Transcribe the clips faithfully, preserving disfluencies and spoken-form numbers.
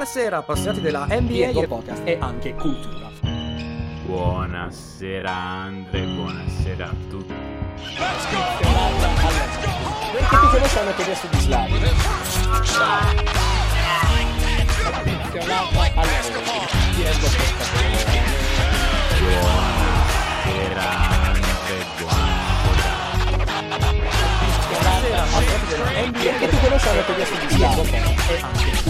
Buonasera appassionati della N B A e podcast e anche cultura. Buonasera Andre, buonasera a tutti. Let's go! Che ti conosci una teoria su di Slavio? Buonasera Andre, buonasera. Che tu conosci una teoria su di Slavio e anche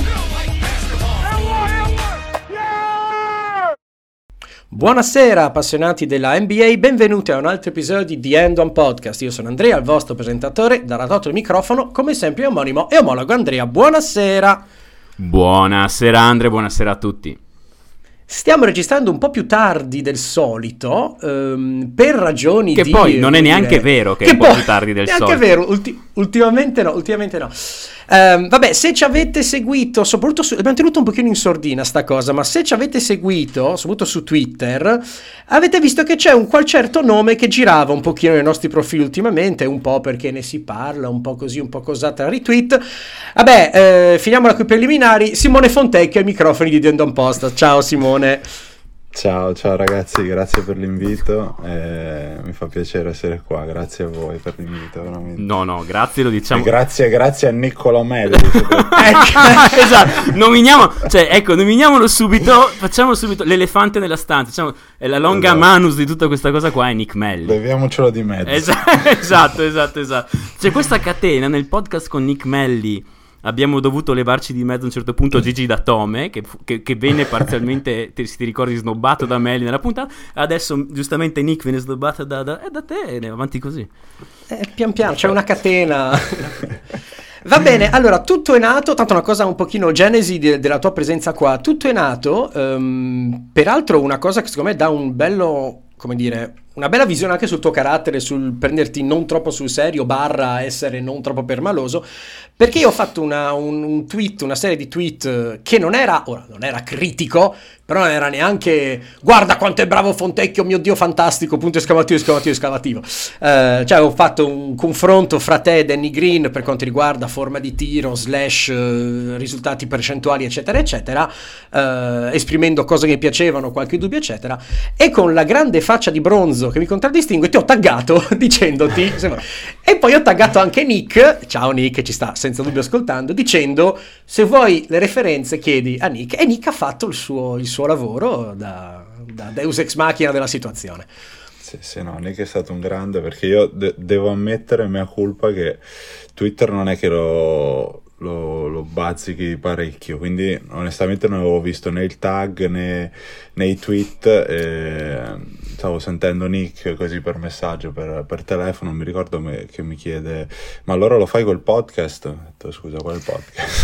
Buonasera appassionati della N B A, benvenuti a un altro episodio di The End On Podcast. Io sono Andrea, il vostro presentatore, da dato il microfono, come sempre omonimo e omologo Andrea. Buonasera. Buonasera Andre, buonasera a tutti. Stiamo registrando un po' più tardi del solito, um, per ragioni che di... Che poi non è neanche dire, vero che, che è un poi, po' più tardi del solito. Neanche vero, ulti- ultimamente no, ultimamente no. Um, vabbè, se ci avete seguito, soprattutto su, abbiamo tenuto un pochino in sordina sta cosa, ma se ci avete seguito, soprattutto su Twitter, avete visto che c'è un qual certo nome che girava un pochino nei nostri profili ultimamente, un po' perché ne si parla, un po' così, un po' cosà tra retweet. Vabbè, eh, finiamola con i preliminari. Simone Fontecchio ai microfoni di The End On Post. Ciao Simone. Ciao, ciao ragazzi, grazie per l'invito, eh, mi fa piacere essere qua, grazie a voi per l'invito, veramente. No, no, grazie, lo diciamo. E grazie, grazie a Niccolò Melli. Esatto, nominiamo, cioè, ecco, nominiamolo subito, facciamo subito l'elefante nella stanza, diciamo, è la longa esatto. manus di tutta questa cosa qua è Nick Melli. Leviamocelo di mezzo. Esatto, esatto, esatto, esatto. C'è questa catena nel podcast con Nick Melli. Abbiamo dovuto levarci di mezzo a un certo punto Gigi Datome, che, che, che venne parzialmente, te, se ti ricordi, snobbato da Melli nella puntata. Adesso giustamente Nick viene snobbato da, da, eh, da te e ne va avanti così. Eh, pian piano, c'è una catena. Va bene, allora tutto è nato, tanto una cosa un pochino genesi de- della tua presenza qua. Tutto è nato, um, peraltro una cosa che secondo me dà un bello, come dire, una bella visione anche sul tuo carattere, sul prenderti non troppo sul serio, barra essere non troppo permaloso, perché io ho fatto una, un, un tweet, una serie di tweet che non era, ora non era critico, però non era neanche guarda quanto è bravo Fontecchio, mio Dio fantastico, punto esclamativo, esclamativo, esclamativo. Uh, cioè ho fatto un confronto fra te e Danny Green per quanto riguarda forma di tiro, slash uh, risultati percentuali eccetera eccetera, uh, esprimendo cose che mi piacevano, qualche dubbio eccetera, e con la grande faccia di bronzo che mi contraddistingue ti ho taggato dicendoti e poi ho taggato anche Nick, ciao Nick, ci sta senza dubbio ascoltando, dicendo se vuoi le referenze chiedi a Nick, e Nick ha fatto il suo, il suo lavoro da, da Deus Ex Machina della situazione. Sì, sì, no, Nick è stato un grande, perché io de- devo ammettere, mea colpa, che Twitter non è che lo... lo, lo bazzichi parecchio, quindi onestamente non avevo visto né il tag né, né i tweet, e stavo sentendo Nick così per messaggio, per, per telefono, non mi ricordo me, che mi chiede ma allora lo fai col podcast? Ho detto scusa, qual è il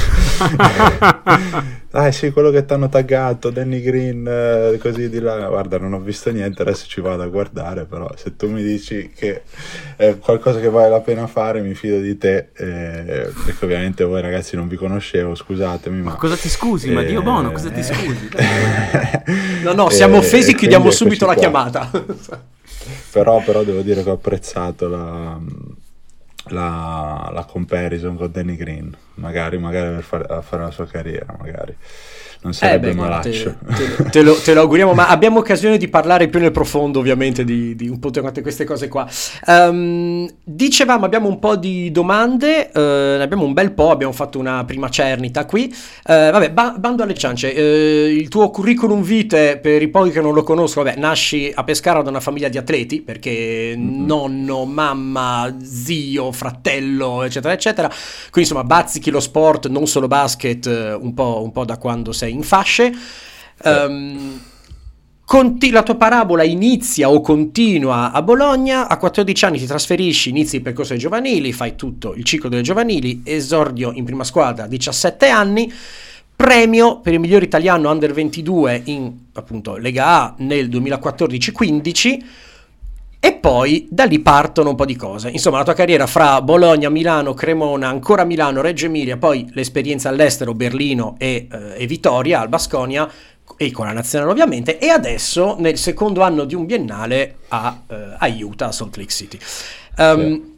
podcast? Ah sì, quello che ti hanno taggato, Danny Green, eh, così di là. Guarda, non ho visto niente, adesso ci vado a guardare, però se tu mi dici che è qualcosa che vale la pena fare, mi fido di te, eh, perché ovviamente voi ragazzi non vi conoscevo, scusatemi, ma, ma cosa ti scusi? Eh... ma Dio buono, cosa ti scusi? no no, siamo offesi, chiudiamo subito la qua. chiamata. però, però devo dire che ho apprezzato la, la, la comparison con Danny Green, magari, magari per fare, a fare la sua carriera, magari non sarebbe eh beh, malaccio. Te, te, te, lo, te lo auguriamo, ma abbiamo occasione di parlare più nel profondo ovviamente di, di un po' di queste cose qua. Um, dicevamo, abbiamo un po' di domande, uh, ne abbiamo un bel po', abbiamo fatto una prima cernita qui. Uh, vabbè, ba- bando alle ciance, uh, il tuo curriculum vitae, per i pochi che non lo conosco, vabbè, nasci a Pescara da una famiglia di atleti, perché mm-hmm. nonno, mamma, zio, fratello, eccetera, eccetera. Quindi insomma, bazzichi lo sport, non solo basket, un po', un po' da quando sei in fasce. Um, conti- la tua parabola inizia o continua a Bologna, a quattordici anni ti trasferisci, inizi il percorso dei giovanili, fai tutto il ciclo delle giovanili, esordio in prima squadra a diciassette anni, premio per il miglior italiano under ventidue in appunto Lega A nel duemilaquattordici quindici. E poi da lì partono un po' di cose. Insomma, la tua carriera fra Bologna, Milano, Cremona, ancora Milano, Reggio Emilia, poi l'esperienza all'estero, Berlino e, eh, e Vitoria, al Baskonia, e con la nazionale ovviamente, e adesso nel secondo anno di un biennale a, eh, a Utah, a Salt Lake City. Um, sì.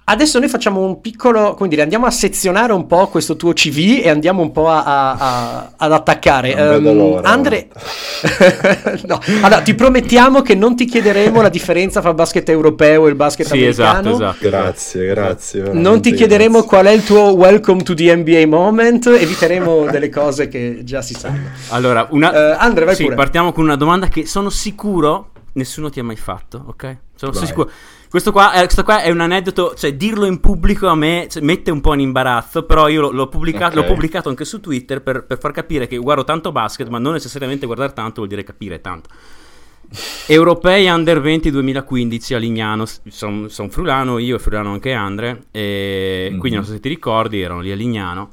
Adesso noi facciamo un piccolo, come dire, andiamo a sezionare un po' questo tuo C V e andiamo un po' a, a, a, ad attaccare. Non vedo l'ora. Andre, no, allora ti promettiamo che non ti chiederemo la differenza fra il basket europeo e il basket Sì, americano. esatto, esatto. Grazie, grazie. Non veramente ti chiederemo grazie. qual è il tuo welcome to the N B A moment, eviteremo delle cose che già si sanno. Allora, una... Eh, Andre, vai sì, pure. partiamo con una domanda che sono sicuro nessuno ti ha mai fatto, ok? Sono Vai. sicuro. Questo qua, è, questo qua è un aneddoto, cioè dirlo in pubblico a me cioè, mette un po' in imbarazzo, però io l'ho, l'ho, pubblicato, Ok. l'ho pubblicato anche su Twitter per, per far capire che guardo tanto basket, ma non necessariamente guardare tanto vuol dire capire tanto. Europei Under venti duemilaquindici a Lignano, sono son friulano, io e friulano anche Andre, e Mhm. quindi non so se ti ricordi, erano lì a Lignano.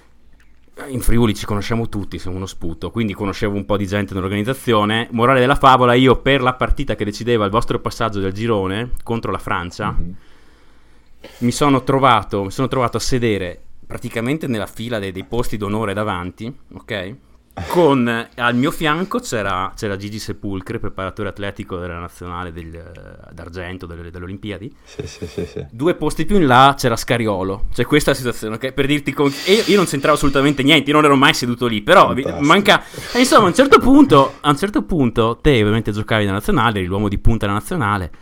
In Friuli ci conosciamo tutti, siamo uno sputo, quindi conoscevo un po' di gente nell'organizzazione. Morale della favola, io per la partita che decideva il vostro passaggio del girone contro la Francia, Mhm. mi sono trovato mi sono trovato a sedere praticamente nella fila dei, dei posti d'onore davanti, ok? Con eh, al mio fianco c'era, c'era Gigi Sepulcre, preparatore atletico della nazionale del, eh, d'argento delle, delle Olimpiadi. Sì, sì, sì, sì. Due posti più in là c'era Scariolo. Cioè questa è la situazione, ok? Per dirti con... e io, io non c'entravo assolutamente niente, io non ero mai seduto lì, però vi- Fantastico. manca... E insomma a un certo punto, a un certo punto te ovviamente giocavi nella nazionale, eri l'uomo di punta della nazionale.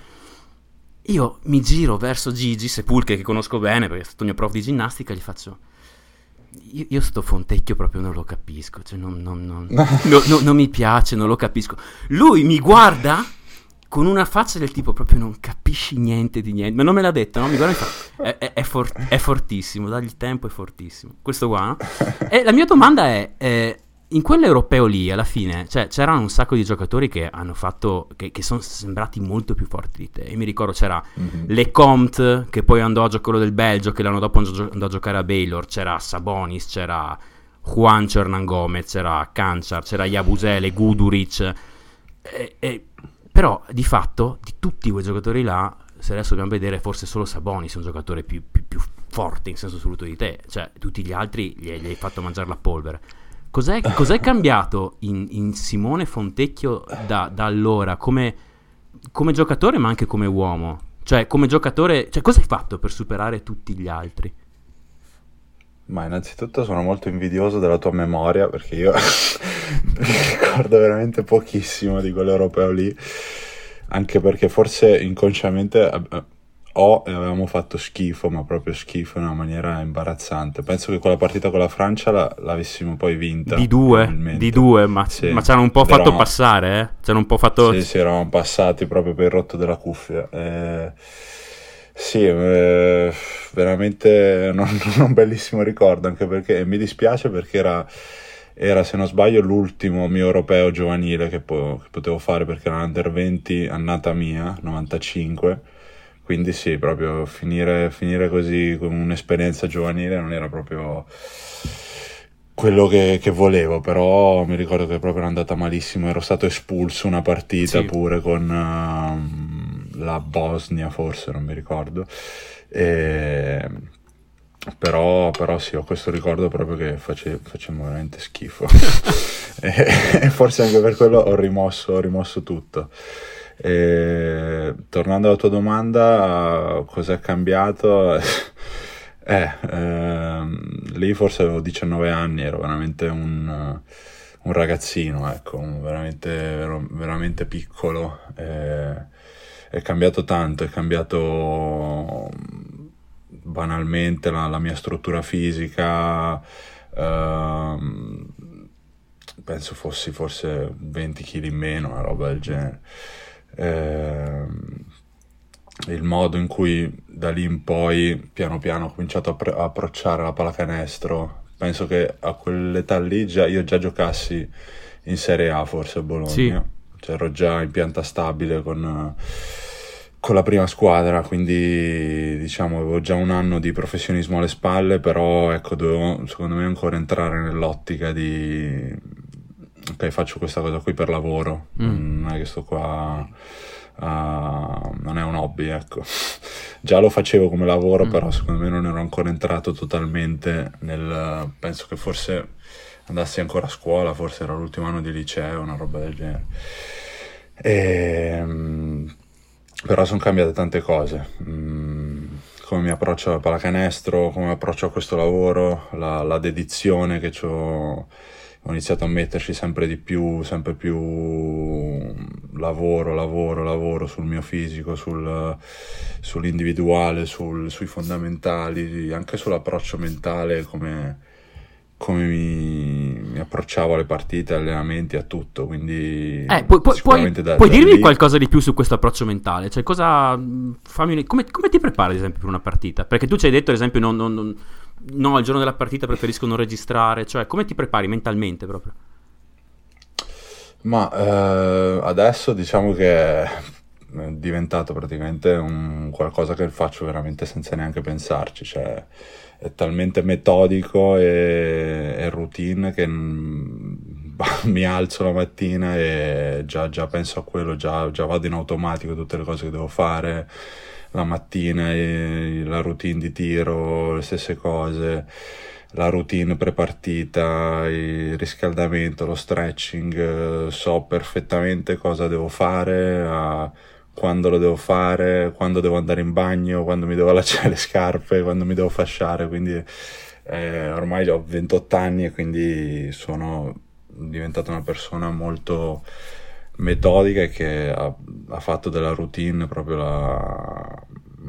Io mi giro verso Gigi Sepulcre, che conosco bene perché è stato mio prof di ginnastica, e gli faccio... Io, io sto Fontecchio proprio non lo capisco, cioè non, non, non, no, no, non mi piace, non lo capisco. Lui mi guarda con una faccia del tipo proprio non capisci niente di niente, ma non me l'ha detto, no? Mi guarda e mi fa, è, è, è, for- è fortissimo, dagli il tempo, è fortissimo. Questo qua, no? E la mia domanda è, eh, in quell'europeo lì, alla fine, cioè, c'erano un sacco di giocatori che hanno fatto, che, che sono sembrati molto più forti di te. Io mi ricordo c'era Mhm. Lecomte, che poi andò a giocare, quello del Belgio, che l'anno dopo andò, andò a giocare a Baylor, c'era Sabonis, c'era Juancho Hernan Gomez, c'era Kanchar, c'era Yabusele, Guduric, e, e, però di fatto di tutti quei giocatori là, se adesso dobbiamo vedere, forse solo Sabonis è un giocatore più, più, più forte in senso assoluto di te, cioè tutti gli altri gli, gli hai fatto mangiare la polvere. Cos'è, cos'è cambiato in, in Simone Fontecchio da, da allora come, come giocatore ma anche come uomo? Cioè come giocatore, cioè cosa hai fatto per superare tutti gli altri? Ma innanzitutto sono molto invidioso della tua memoria perché io mi ricordo veramente pochissimo di quell'europeo lì, anche perché forse inconsciamente eh, ho e avevamo fatto schifo, ma proprio schifo in una maniera imbarazzante. Penso che quella partita con la Francia la, l'avessimo poi vinta. Di due, probabilmente. di due, ma, Sì. ma ci hanno un po' Ed fatto eravamo- passare, eh? Ci hanno un po' fatto... Sì, sì, eravamo passati proprio per il rotto della cuffia. Eh, sì, eh, veramente non, non un bellissimo ricordo, anche perché mi dispiace perché era, era, se non sbaglio, l'ultimo mio europeo giovanile che, po- che potevo fare, perché era under venti annata mia, novantacinque. Quindi sì, proprio finire, finire così con un'esperienza giovanile non era proprio quello che, che volevo, però mi ricordo che proprio era andata malissimo, ero stato espulso una partita Sì. pure con uh, la Bosnia forse, non mi ricordo, e... però, però sì, ho questo ricordo proprio che face, facevamo veramente schifo e, e forse anche per quello ho rimosso, ho rimosso tutto. E, tornando alla tua domanda, cosa è cambiato? Eh, ehm, lì forse avevo diciannove anni, ero veramente un, un ragazzino, ecco, un- veramente, ero veramente piccolo. eh, è cambiato tanto, è cambiato banalmente la, la mia struttura fisica. ehm, penso fossi forse venti chili in meno, una roba del genere. Ehm, il modo in cui da lì in poi piano piano ho cominciato a, pre- a approcciare la pallacanestro, penso che a quell'età lì già, io già giocassi in Serie A forse a Bologna, Sì. cioè ero già in pianta stabile con, con la prima squadra, quindi diciamo avevo già un anno di professionismo alle spalle, però ecco, dovevo secondo me ancora entrare nell'ottica di ok, faccio questa cosa qui per lavoro, Mm. non è che sto qua a- non è un hobby, ecco. Già lo facevo come lavoro, Mm. però secondo me non ero ancora entrato totalmente nel... penso che forse andassi ancora a scuola, forse era l'ultimo anno di liceo, una roba del genere. E, però sono cambiate tante cose. Mm, come mi approccio alla pallacanestro, come mi approccio a questo lavoro, la, la dedizione che c'ho. Ho iniziato a metterci sempre di più, sempre più lavoro, lavoro, lavoro sul mio fisico, sul, sull'individuale, sul, sui fondamentali, anche sull'approccio mentale, come, come mi, mi approcciavo alle partite, agli allenamenti, a tutto. Quindi eh, pu- pu- sicuramente puoi, da, puoi da dirmi lì... qualcosa di più su questo approccio mentale? Cioè, cosa fammi, come, come ti prepari, ad esempio, per una partita? Perché tu ci hai detto, ad esempio, non, non, non, no, il giorno della partita preferisco non registrare. Cioè, come ti prepari mentalmente proprio? Ma eh, adesso diciamo che è diventato praticamente un qualcosa che faccio veramente senza neanche pensarci, cioè è talmente metodico e, e routine che mh, mi alzo la mattina e già, già penso a quello, già, già vado in automatico tutte le cose che devo fare la mattina, e la routine di tiro, le stesse cose, la routine prepartita, il riscaldamento, lo stretching, eh, so perfettamente cosa devo fare, a, quando lo devo fare, quando devo andare in bagno, quando mi devo allacciare le scarpe, quando mi devo fasciare, quindi eh, ormai ho ventotto anni e quindi sono diventato una persona molto metodica e che ha, ha fatto della routine proprio la,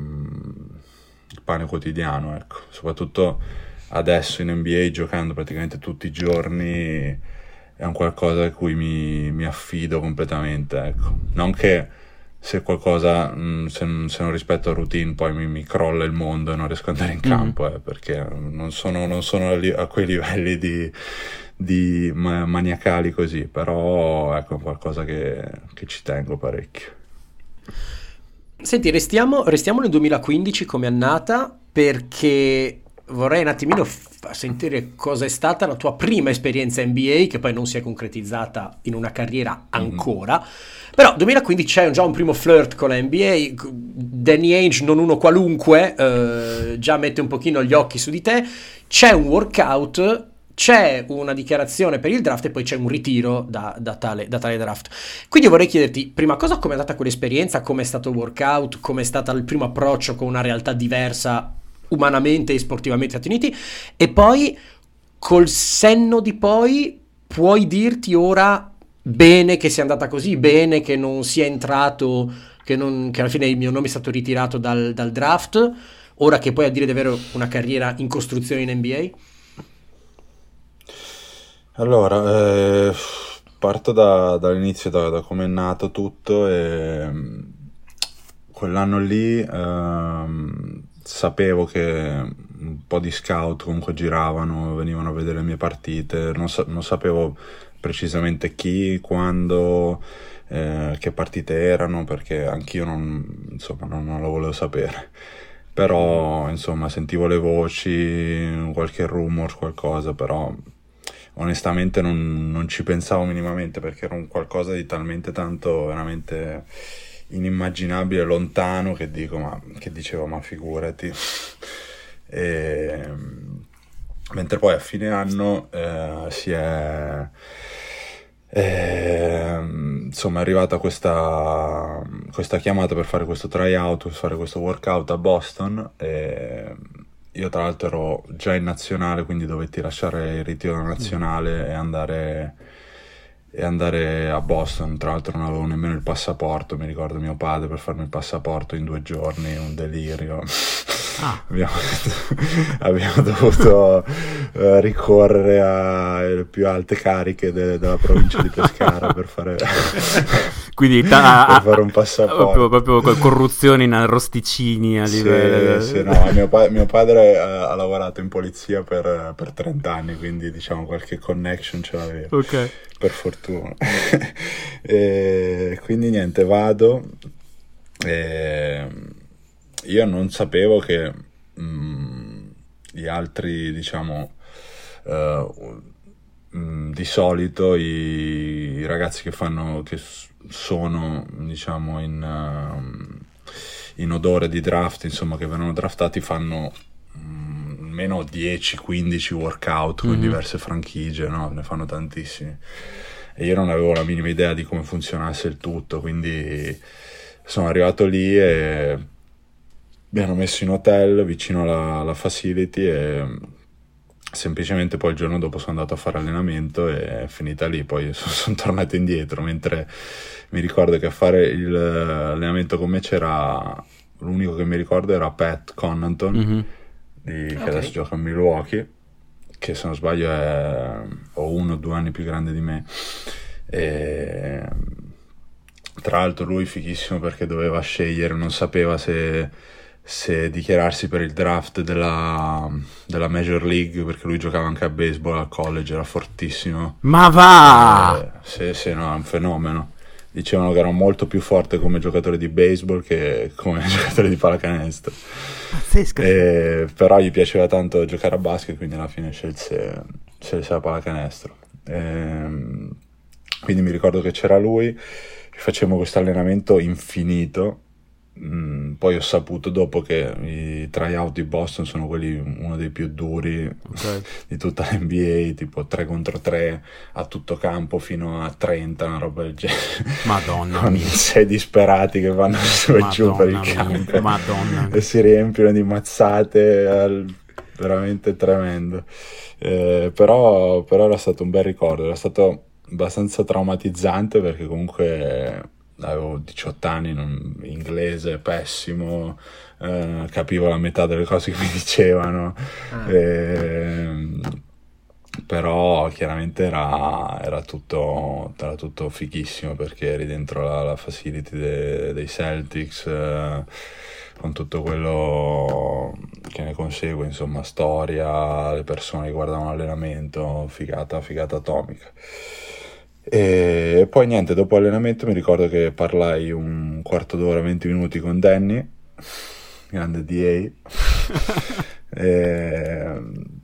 il pane quotidiano, ecco, soprattutto adesso in N B A giocando praticamente tutti i giorni è un qualcosa a cui mi, mi affido completamente, ecco. Non che se qualcosa, mh, se, se non rispetto la routine poi mi, mi crolla il mondo e non riesco ad andare in campo, mm-hmm. eh, perché non sono, non sono a, a quei livelli di, di ma, maniacali così, però ecco è qualcosa che, che ci tengo parecchio. Senti, restiamo, restiamo nel duemilaquindici come annata, perché vorrei un attimino f- sentire cosa è stata la tua prima esperienza N B A, che poi non si è concretizzata in una carriera ancora. Mm-hmm. Però duemilaquindici c'è già un primo flirt con la N B A, Danny Ainge, non uno qualunque, eh, già mette un pochino gli occhi su di te, c'è un workout, c'è una dichiarazione per il draft e poi c'è un ritiro da, da, tale, da tale draft. Quindi vorrei chiederti, prima cosa, come è andata quell'esperienza, come è stato il workout, come è stato il primo approccio con una realtà diversa umanamente e sportivamente Stati Uniti, e poi col senno di poi puoi dirti ora bene che sia andata così, bene che non sia entrato, che, non, che alla fine il mio nome è stato ritirato dal, dal draft, ora che poi a dire davvero una carriera in costruzione in N B A? Allora, eh, parto da, dall'inizio, da, da come è nato tutto, e quell'anno lì ehm, sapevo che un po' di scout comunque giravano, venivano a vedere le mie partite, non, sa- non sapevo precisamente chi, quando, eh, che partite erano, perché anch'io non, insomma, non, non lo volevo sapere. Però, insomma, sentivo le voci, qualche rumor, qualcosa, però onestamente non, non ci pensavo minimamente, perché era un qualcosa di talmente tanto veramente inimmaginabile, lontano, che dico, ma che dicevo, ma figurati. E, mentre poi a fine anno eh, si è eh, insomma è arrivata questa questa chiamata per fare questo tryout, per fare questo workout a Boston, e io tra l'altro ero già in nazionale, quindi dovetti lasciare il ritiro della nazionale e andare e andare a Boston. Tra l'altro non avevo nemmeno il passaporto, mi ricordo mio padre per farmi il passaporto in due giorni, un delirio. Ah. abbiamo, abbiamo dovuto uh, ricorrere alle più alte cariche de- della provincia di Pescara per fare quindi ta- per fare un passaporto, proprio, proprio corruzione in arrosticini a livello. Sì, sì, no, mio, pa- mio padre ha, ha lavorato in polizia per, per trenta anni, quindi diciamo qualche connection ce l'aveva, okay. Per fortuna. E quindi niente, vado e io non sapevo che mh, gli altri, diciamo, uh, mh, di solito i, i ragazzi che fanno, che sono, diciamo, in, uh, in odore di draft, insomma, che vengono draftati, fanno mh, almeno dieci quindici workout con mm-hmm. diverse franchigie, no? Ne fanno tantissimi. E io non avevo la minima idea di come funzionasse il tutto, quindi sono arrivato lì e mi hanno messo in hotel vicino alla, alla facility e semplicemente poi il giorno dopo sono andato a fare allenamento e è finita lì, poi sono, sono tornato indietro, mentre mi ricordo che a fare il, l'allenamento con me c'era, l'unico che mi ricordo era Pat Connaughton, mm-hmm. di, che okay. adesso gioca a Milwaukee, che se non sbaglio è o uno o due anni più grande di me, e tra l'altro lui fighissimo perché doveva scegliere, non sapeva se, se dichiararsi per il draft della, della Major League, perché lui giocava anche a baseball al college, era fortissimo. Ma va! Eh, sì, sì, no, è un fenomeno. Dicevano che era molto più forte come giocatore di baseball che come giocatore di pallacanestro. Pazzesco. E, però gli piaceva tanto giocare a basket, quindi alla fine scelse, scelse la pallacanestro. E, quindi mi ricordo che c'era lui, facevamo questo allenamento infinito. Mm, poi ho saputo dopo che i tryout di Boston sono quelli uno dei più duri, okay. di tutta l'N B A, tipo tre contro tre a tutto campo fino a trenta, una roba del genere. Madonna con mia. sei disperati che vanno su e giù per il campo. Madonna mia. E si riempiono di mazzate, al... veramente tremendo. Eh, però, però era stato un bel ricordo, era stato abbastanza traumatizzante perché comunque avevo diciotto anni, non, inglese pessimo, eh, capivo la metà delle cose che mi dicevano, ah. e, però chiaramente era, era, tutto, era tutto fighissimo perché eri dentro la, la facility de, dei Celtics, eh, con tutto quello che ne consegue, insomma, storia, le persone che guardavano l'allenamento, figata, figata atomica. E poi niente, dopo allenamento mi ricordo che parlai un quarto d'ora, venti minuti con Danny, grande D A, e,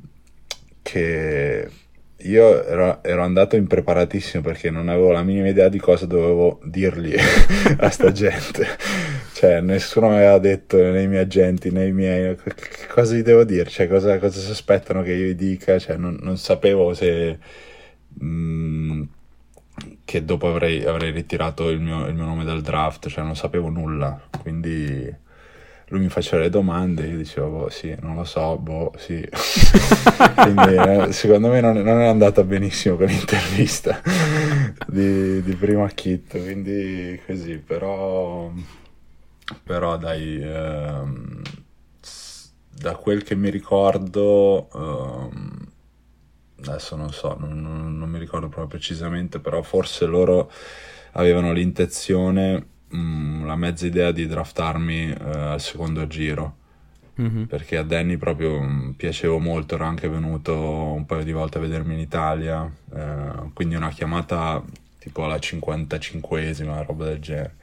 che io ero, ero andato impreparatissimo perché non avevo la minima idea di cosa dovevo dirgli a sta gente, cioè nessuno mi aveva detto, né i miei agenti né i miei, cosa gli devo dire, cioè cosa, cosa si aspettano che io gli dica, cioè non, non sapevo se... Mh, che dopo avrei, avrei ritirato il mio, il mio nome dal draft, cioè non sapevo nulla, quindi lui mi faceva le domande, io dicevo boh sì, non lo so, boh sì. Quindi eh, secondo me non, non è andata benissimo con l'intervista di, di primo kit, quindi così, però però dai, ehm, da quel che mi ricordo, ehm, adesso non so, non, non, non mi ricordo proprio precisamente, però forse loro avevano l'intenzione, mh, la mezza idea di draftarmi eh, al secondo giro, mm-hmm. perché a Danny proprio mh, piacevo molto, era anche venuto un paio di volte a vedermi in Italia, eh, quindi una chiamata tipo alla cinquantacinquesima, una roba del genere.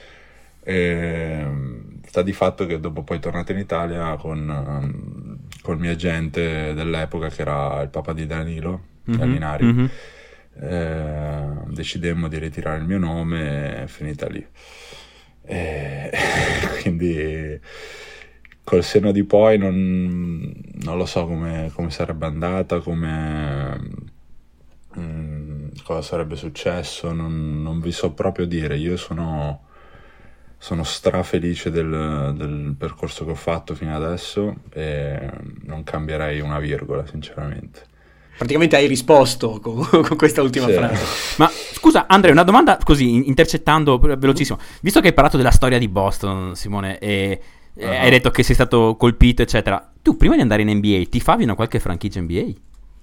E sta di fatto che dopo poi tornato in Italia con um, col mio agente dell'epoca che era il papà di Danilo, mm-hmm. Gallinari, mm-hmm. eh, decidemmo di ritirare il mio nome e è finita lì, e quindi col senno di poi non, non lo so come, come sarebbe andata, come mh, cosa sarebbe successo, non, non vi so proprio dire. Io sono Sono strafelice del, del percorso che ho fatto fino adesso e non cambierei una virgola, sinceramente. Praticamente hai risposto con, con questa ultima sì. frase. Ma scusa Andrea, una domanda così, intercettando velocissimo. Visto che hai parlato della storia di Boston, Simone, e uh-huh. hai detto che sei stato colpito, eccetera, tu prima di andare in N B A tifavi una qualche franchigia N B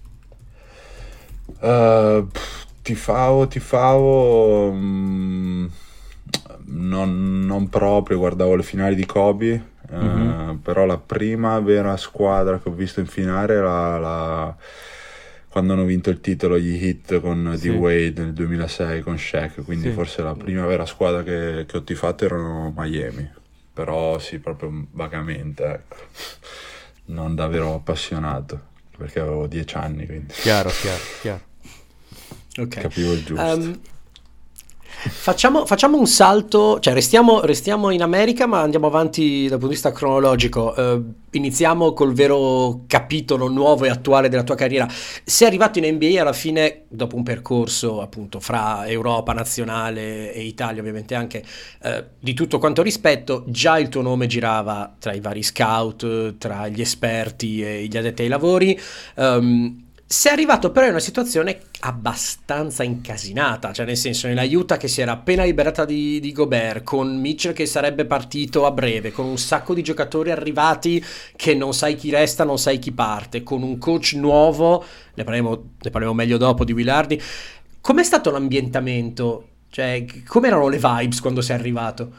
A? Uh, tifavo, tifavo... Um... Non, non proprio, guardavo le finali di Kobe, mm-hmm. eh, però la prima vera squadra che ho visto in finale era la, quando hanno vinto il titolo gli Heat con sì. D. Wade nel duemilasei con Shaq, quindi sì. forse la prima vera squadra che, che ho tifato erano Miami, però sì, proprio vagamente, ecco. Non davvero appassionato, perché avevo dieci anni, quindi chiaro, chiaro, chiaro. Okay. Capivo il giusto. Um... Facciamo, facciamo un salto, cioè restiamo, restiamo in America, ma andiamo avanti dal punto di vista cronologico. Eh, iniziamo col vero capitolo nuovo e attuale della tua carriera. Sei arrivato in N B A alla fine, dopo un percorso appunto fra Europa, nazionale e Italia, ovviamente anche eh, di tutto quanto rispetto. Già il tuo nome girava tra i vari scout, tra gli esperti e gli addetti ai lavori. Um, Sei arrivato però in una situazione abbastanza incasinata, cioè nel senso nella Utah che si era appena liberata di, di Gobert, con Mitchell che sarebbe partito a breve, con un sacco di giocatori arrivati che non sai chi resta, non sai chi parte, con un coach nuovo, ne parleremo, ne parleremo meglio dopo di Will Hardy. Com'è stato l'ambientamento? Cioè, come erano le vibes quando sei arrivato?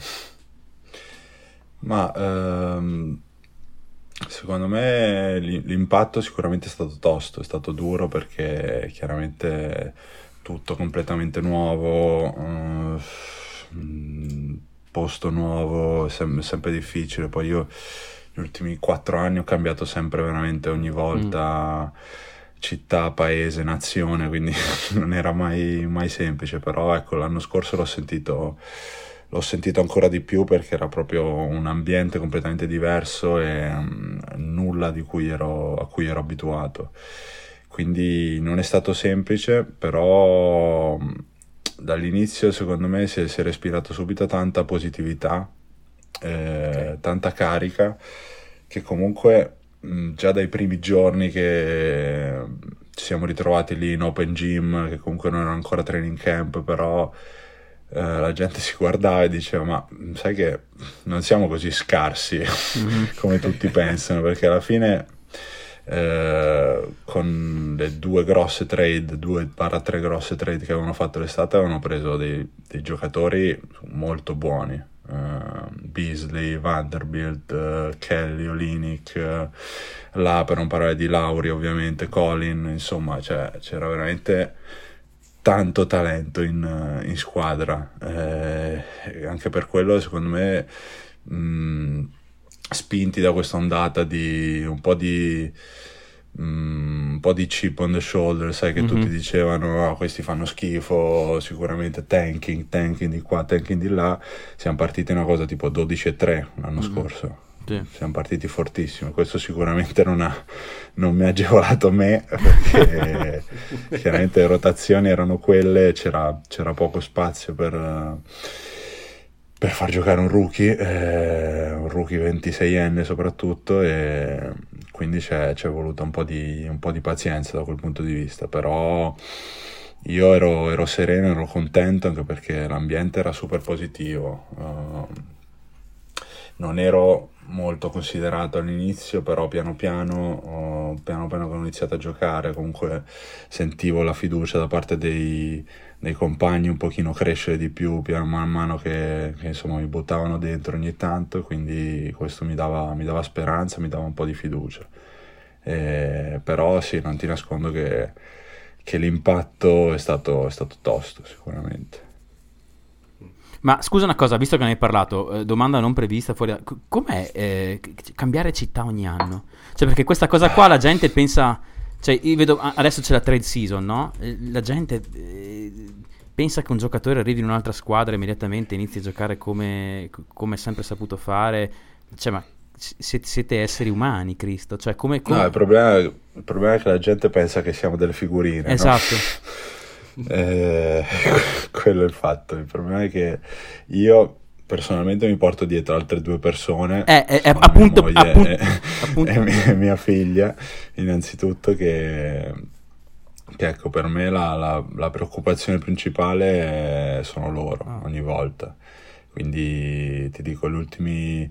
Ma... ehm... secondo me l'impatto sicuramente è stato tosto, è stato duro perché chiaramente tutto completamente nuovo, uh, posto nuovo, sem- sempre difficile. Poi io negli ultimi quattro anni ho cambiato sempre veramente ogni volta mm. città, paese, nazione, quindi non era mai, mai semplice, però ecco l'anno scorso l'ho sentito... l'ho sentito ancora di più perché era proprio un ambiente completamente diverso e um, nulla di cui ero, a cui ero abituato. Quindi non è stato semplice, però um, dall'inizio secondo me si è, si è respirato subito tanta positività, eh, okay. tanta carica, che comunque mh, già dai primi giorni che ci siamo ritrovati lì in open gym, che comunque non era ancora training camp, però... Uh, la gente si guardava e diceva ma sai che non siamo così scarsi mm-hmm. come tutti pensano, perché alla fine uh, con le due grosse trade, due barra tre grosse trade che avevano fatto l'estate, avevano preso dei, dei giocatori molto buoni, uh, Beasley, Vanderbilt, uh, Kelly, Olynyk, uh, là per non parlare di Lauri ovviamente, Colin, insomma cioè, c'era veramente tanto talento in, in squadra, eh, anche per quello secondo me mh, spinti da questa ondata di un po' di mh, un po' di chip on the shoulder, sai che mm-hmm. tutti dicevano oh, questi fanno schifo, sicuramente tanking, tanking di qua, tanking di là, siamo partiti una cosa tipo dodici e tre l'anno mm-hmm. scorso. Sì. Siamo partiti fortissimo, questo sicuramente non, ha, non mi ha agevolato me, perché chiaramente le rotazioni erano quelle, c'era, c'era poco spazio per, per far giocare un rookie, eh, un rookie ventiseienne soprattutto, e quindi c'è, c'è voluta un po' di, un po' di pazienza da quel punto di vista, però io ero, ero sereno, ero contento anche perché l'ambiente era super positivo. Uh, non ero molto considerato all'inizio, però piano piano oh, piano piano che ho iniziato a giocare comunque sentivo la fiducia da parte dei, dei compagni un pochino crescere di più piano man mano che, che insomma mi buttavano dentro ogni tanto, quindi questo mi dava, mi dava speranza, mi dava un po' di fiducia, e, però sì, non ti nascondo che, che l'impatto è stato, è stato tosto sicuramente. Ma scusa una cosa, visto che ne hai parlato, eh, domanda non prevista fuori da... com'è eh, cambiare città ogni anno? Cioè, perché questa cosa qua la gente pensa... Cioè, io vedo... Adesso c'è la trade season, no? La gente eh, pensa che un giocatore arrivi in un'altra squadra e immediatamente inizi a giocare come, come è sempre saputo fare. Cioè, ma siete, siete esseri umani, Cristo. Cioè, come... come... No, il problema, il problema è che la gente pensa che siamo delle figurine, esatto. No? Eh, quello è il fatto. Il problema è che io personalmente mi porto dietro altre due persone, eh, eh, appunto, mia moglie appunto, e, appunto. e mia, mia figlia innanzitutto, che, che ecco, per me la, la, la preoccupazione principale sono loro ogni volta, quindi ti dico gli ultimi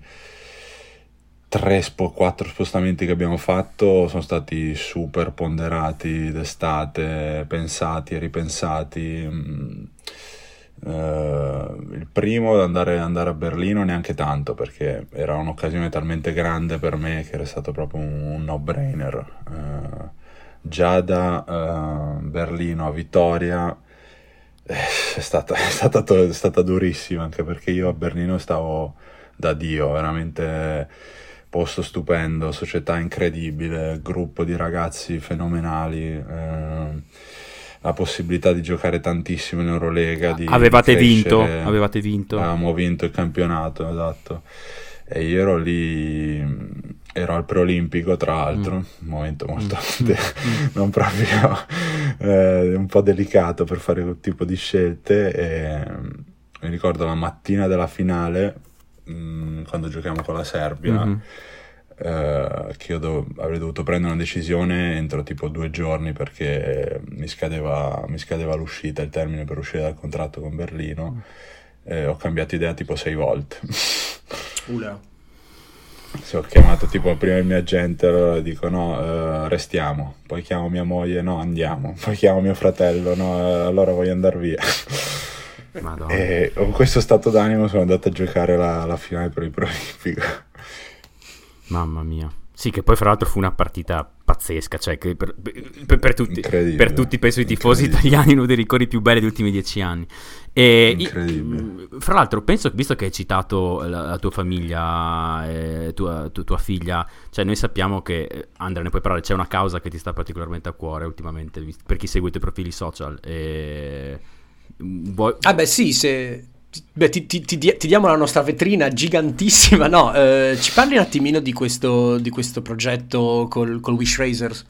tre, spo- quattro spostamenti che abbiamo fatto sono stati super ponderati d'estate, pensati e ripensati. Mm, eh, il primo, andare, andare a Berlino, neanche tanto, perché era un'occasione talmente grande per me che era stato proprio un, un no-brainer. Eh, già da eh, Berlino a Vittoria eh, è stata, è stata, to- è stata durissima, anche perché io a Berlino stavo da Dio, veramente... Posto stupendo, società incredibile, gruppo di ragazzi fenomenali, eh, la possibilità di giocare tantissimo in Eurolega, di avevate di vinto avevate vinto avevamo vinto il campionato, esatto, e io ero lì, ero al preolimpico tra l'altro, mm. un momento molto mm. de- non proprio eh, un po' delicato per fare quel tipo di scelte, e mi ricordo la mattina della finale, mh, quando giochiamo con la Serbia, mm-hmm. Uh, che io do- avrei dovuto prendere una decisione entro tipo due giorni perché mi scadeva, mi scadeva l'uscita, il termine per uscire dal contratto con Berlino, mm. e ho cambiato idea tipo sei volte. Ula. Se ho chiamato tipo prima il mio agente, allora dico no, uh, restiamo, poi chiamo mia moglie, no, andiamo, poi chiamo mio fratello, no, uh, allora voglio andare via. Madonna. E con questo stato d'animo sono andato a giocare la, la finale per il Preolimpico. Mamma mia. Sì, che poi fra l'altro fu una partita pazzesca, cioè che per, per, per, tutti, per tutti penso i tifosi italiani uno dei ricordi più belli degli ultimi dieci anni. E Incredibile. Io, fra l'altro penso, visto che hai citato la, la tua famiglia, eh, tua, tu, tua figlia, cioè noi sappiamo che, Andrea ne puoi parlare, c'è una causa che ti sta particolarmente a cuore ultimamente, per chi segue i tuoi profili social. E... Vuoi... Ah beh sì, se... Beh, ti, ti, ti, ti diamo la nostra vetrina gigantissima, no? Eh, ci parli un attimino di questo, di questo progetto col, col Wish Racers?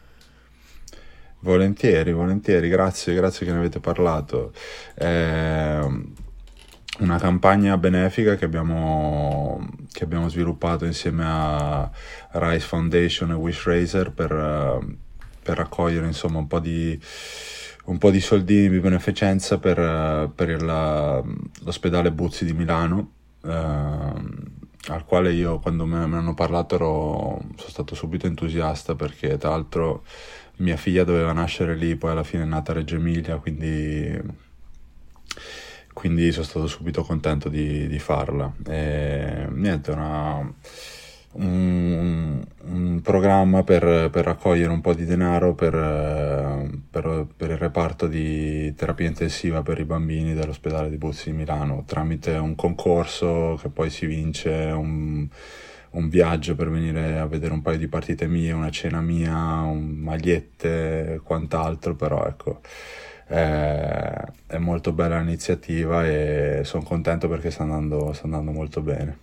Volentieri, volentieri, grazie, grazie che ne avete parlato. È una campagna benefica che abbiamo, che abbiamo sviluppato insieme a Rise Foundation e Wish Racer per, per raccogliere insomma un po' di un po' di soldini di beneficenza per, per il, l'ospedale Buzzi di Milano, eh, al quale io quando me, me ne hanno parlato ero, sono stato subito entusiasta, perché tra l'altro mia figlia doveva nascere lì, poi alla fine è nata a Reggio Emilia, quindi, quindi sono stato subito contento di, di farla. E niente, una... Un, un programma per, per raccogliere un po' di denaro per, per, per il reparto di terapia intensiva per i bambini dell'ospedale di Buzzi di Milano, tramite un concorso che poi si vince, un, un viaggio per venire a vedere un paio di partite mie, una cena mia, un, magliette e quant'altro. Però ecco, è, è molto bella l'iniziativa e sono contento perché sta andando, sta andando molto bene.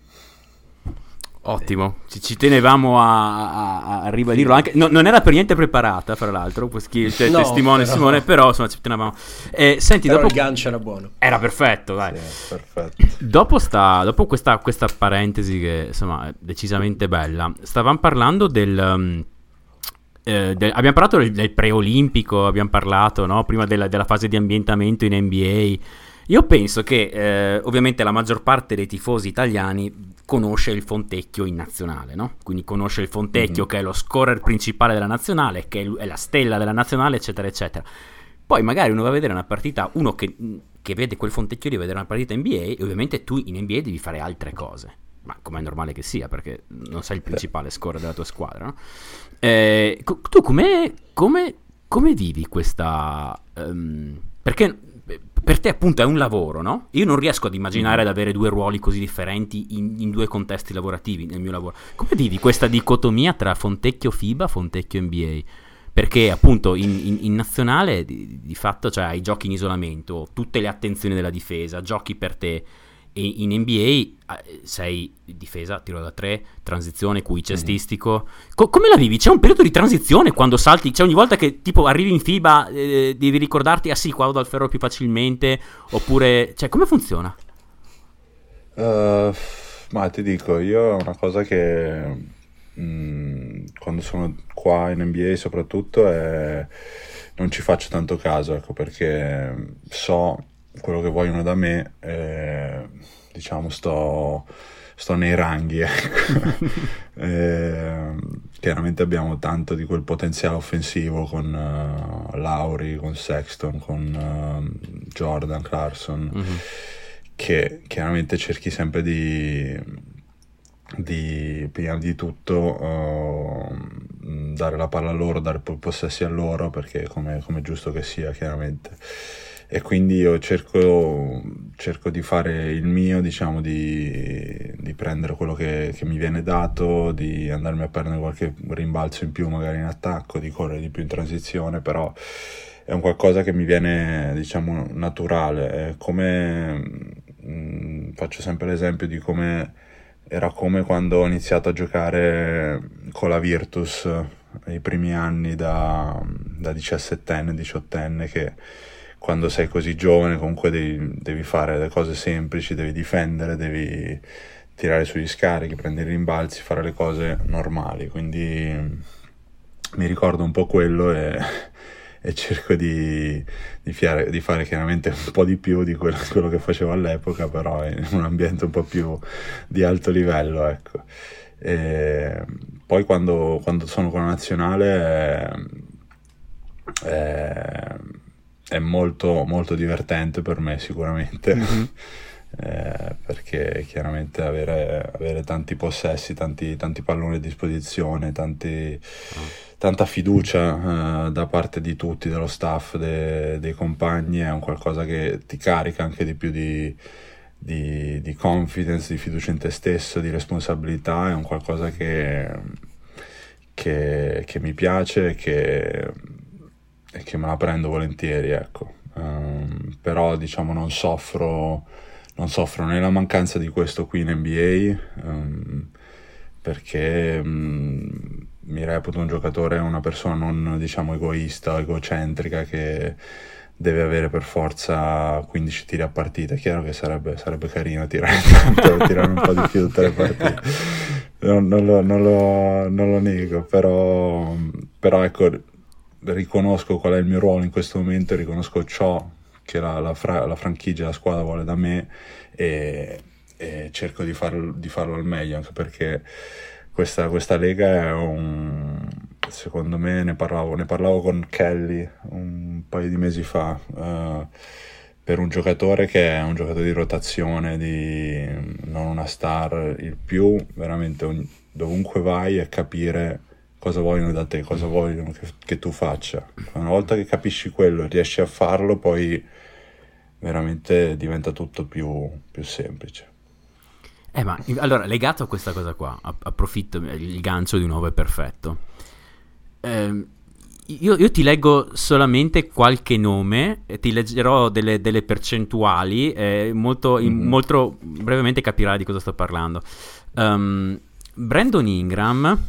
Ottimo, ci, ci tenevamo a, a, a ribadirlo anche. No, non era per niente preparata, fra l'altro, cioè, no, testimone però... Simone, però insomma ci tenevamo. Eh, senti, però dopo il gancio era buono. Era perfetto, dai. Sì, perfetto. Dopo, sta, dopo questa, questa parentesi che insomma è decisamente bella, stavamo parlando del. Um, eh, del abbiamo parlato del, del preolimpico, abbiamo parlato, no, prima della, della fase di ambientamento in N B A. Io penso che eh, ovviamente la maggior parte dei tifosi italiani conosce il Fontecchio in nazionale, no? Quindi conosce il Fontecchio, mm-hmm. che è lo scorer principale della nazionale, che è la stella della nazionale, eccetera, eccetera. Poi magari uno va a vedere una partita, uno che, che vede quel Fontecchio di vedere una partita N B A, e ovviamente tu in N B A devi fare altre cose, ma come è normale che sia, perché non sei il principale scorer della tua squadra, no? Eh, tu come, come, come vivi questa... Um, perché... Per te appunto è un lavoro, no? Io non riesco ad immaginare ad avere due ruoli così differenti in, in due contesti lavorativi nel mio lavoro. Come vivi questa dicotomia tra Fontecchio FIBA, Fontecchio N B A? Perché appunto in, in, in nazionale di, di fatto, cioè, hai giochi in isolamento, tutte le attenzioni della difesa, giochi per te, e in N B A sei difesa, tiro da tre, transizione, Q I cestistico. Co- come la vivi? C'è un periodo di transizione quando salti? Cioè ogni volta che tipo arrivi in FIBA eh, devi ricordarti, ah sì, qua vado al ferro più facilmente, oppure, cioè come funziona? Uh, ma ti dico, io è una cosa che mh, quando sono qua in N B A soprattutto è, non ci faccio tanto caso, ecco, perché so quello che vogliono da me, eh, diciamo sto, sto nei ranghi, ecco. eh, chiaramente abbiamo tanto di quel potenziale offensivo con uh, Lauri, con Sexton, con uh, Jordan Clarkson, mm-hmm. che chiaramente cerchi sempre di, di prima di tutto uh, dare la palla a loro, dare possessi a loro, perché come è giusto che sia, chiaramente. E quindi io cerco, cerco di fare il mio, diciamo, di, di prendere quello che, che mi viene dato, di andarmi a prendere qualche rimbalzo in più magari in attacco, di correre di più in transizione, però è un qualcosa che mi viene, diciamo, naturale. È come, mh, faccio sempre l'esempio di come era come quando ho iniziato a giocare con la Virtus nei primi anni da, da diciassettenne, diciottenne, che quando sei così giovane comunque devi, devi fare le cose semplici, devi difendere, devi tirare sugli scarichi, prendere i rimbalzi, fare le cose normali, quindi mi ricordo un po' quello e, e cerco di, di, fiare, di fare chiaramente un po' di più di quello, quello che facevo all'epoca, però in un ambiente un po' più di alto livello, ecco. E poi quando, quando sono con la nazionale è, è, è molto, molto divertente per me sicuramente. Mm-hmm. Eh, perché chiaramente avere, avere tanti possessi, tanti, tanti palloni a disposizione, tanti, oh. tanta fiducia eh, da parte di tutti, dello staff, de, dei compagni, è un qualcosa che ti carica anche di più di, di, di confidence, di fiducia in te stesso, di responsabilità. È un qualcosa che, che, che mi piace e che, e che me la prendo volentieri, ecco. Um, però diciamo non soffro non soffro né la mancanza di questo qui in N B A, um, perché um, mi reputo un giocatore, una persona non, diciamo, egoista o egocentrica che deve avere per forza quindici tiri a partita. È chiaro che sarebbe, sarebbe carino tirare tanto, tirare un po' di più tutte le partite, non, non, lo, non, lo, non lo nego, però, però ecco, riconosco qual è il mio ruolo in questo momento, riconosco ciò che la, la, fra, la franchigia, la squadra vuole da me e, e cerco di farlo, di farlo al meglio, anche perché questa, questa lega è un, secondo me, ne parlavo, ne parlavo con Kelly un paio di mesi fa, uh, per un giocatore che è un giocatore di rotazione, di, non una star, il più veramente ogni, dovunque vai è capire cosa vogliono da te, cosa vogliono che, che tu faccia. Una volta che capisci quello e riesci a farlo, poi veramente diventa tutto più, più semplice. Eh, ma allora, legato a questa cosa qua, approfitto, il gancio di nuovo è perfetto. Eh, io, io ti leggo solamente qualche nome, e ti leggerò delle, delle percentuali, eh, molto, in, mm-hmm. molto brevemente capirai di cosa sto parlando. Um, Brandon Ingram,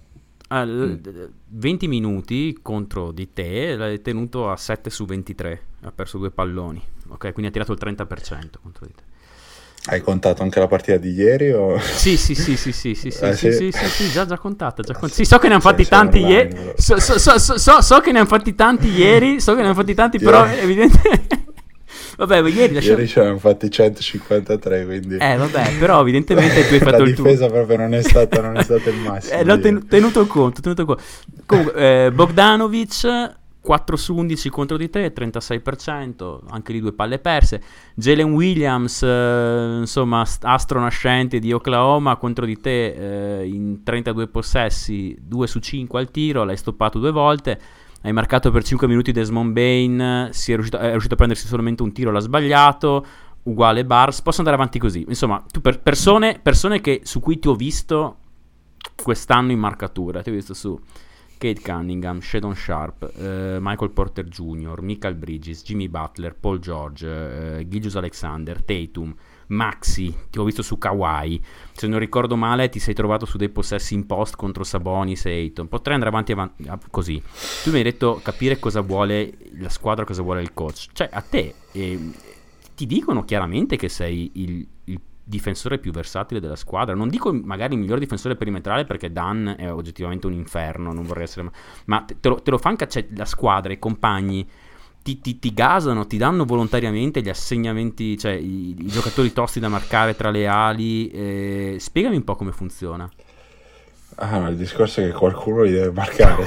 uh, venti minuti contro di te, l'hai tenuto a sette su ventitré, ha perso due palloni, ok? Quindi ha tirato il trenta per cento contro di te. Hai contato anche la partita di ieri? O... Sì, sì, sì, sì, sì, sì, sì, eh, sì, sì, sì, sì, già, già contata. Già cont- sì, so che ne hanno fatti sì, tanti ieri. So, so, so, so, so che ne hanno fatti tanti ieri. So che ne hanno fatti tanti, yeah. Però evidentemente. Vabbè, ma ieri lasciamo... Ieri ce ne hanno fatti centocinquantatré, quindi. Eh, vabbè, però evidentemente tu hai fatto la il tuo. La difesa proprio non è stata, non è stato il massimo. Eh, l'ho ten- tenuto conto, tenuto conto. Comunque, eh, Bogdanovic. quattro su undici contro di te, trentasei per cento, anche lì due palle perse. Jalen Williams, eh, insomma, astro nascente di Oklahoma, contro di te eh, in trentadue possessi, due su cinque al tiro, l'hai stoppato due volte, hai marcato per cinque minuti Desmond Bane, si è, riuscito, è riuscito a prendersi solamente un tiro, l'ha sbagliato, uguale Barnes, posso andare avanti così. Insomma, tu per persone, persone che, su cui ti ho visto quest'anno in marcatura, ti ho visto su... Cade Cunningham, Shadon Sharp, eh, Michael Porter Junior, Michael Bridges, Jimmy Butler, Paul George, eh, Gilgeous-Alexander, Tatum, Maxi, ti ho visto su Kawhi. Se non ricordo male ti sei trovato su dei possessi in post contro Sabonis e Ayton. Potrei andare avanti, avanti così. Tu mi hai detto capire cosa vuole la squadra, cosa vuole il coach. Cioè a te eh, ti dicono chiaramente che sei il, il difensore più versatile della squadra. Non dico magari il miglior difensore perimetrale, perché Dan è oggettivamente un inferno, non vorrei essere, ma te, te lo, te lo fanno, cioè la squadra, i compagni ti, ti, ti gasano, ti danno volontariamente gli assegnamenti, cioè i, i giocatori tosti da marcare tra le ali. Eh, spiegami un po' come funziona. Ah, ma il discorso è che qualcuno li deve marcare.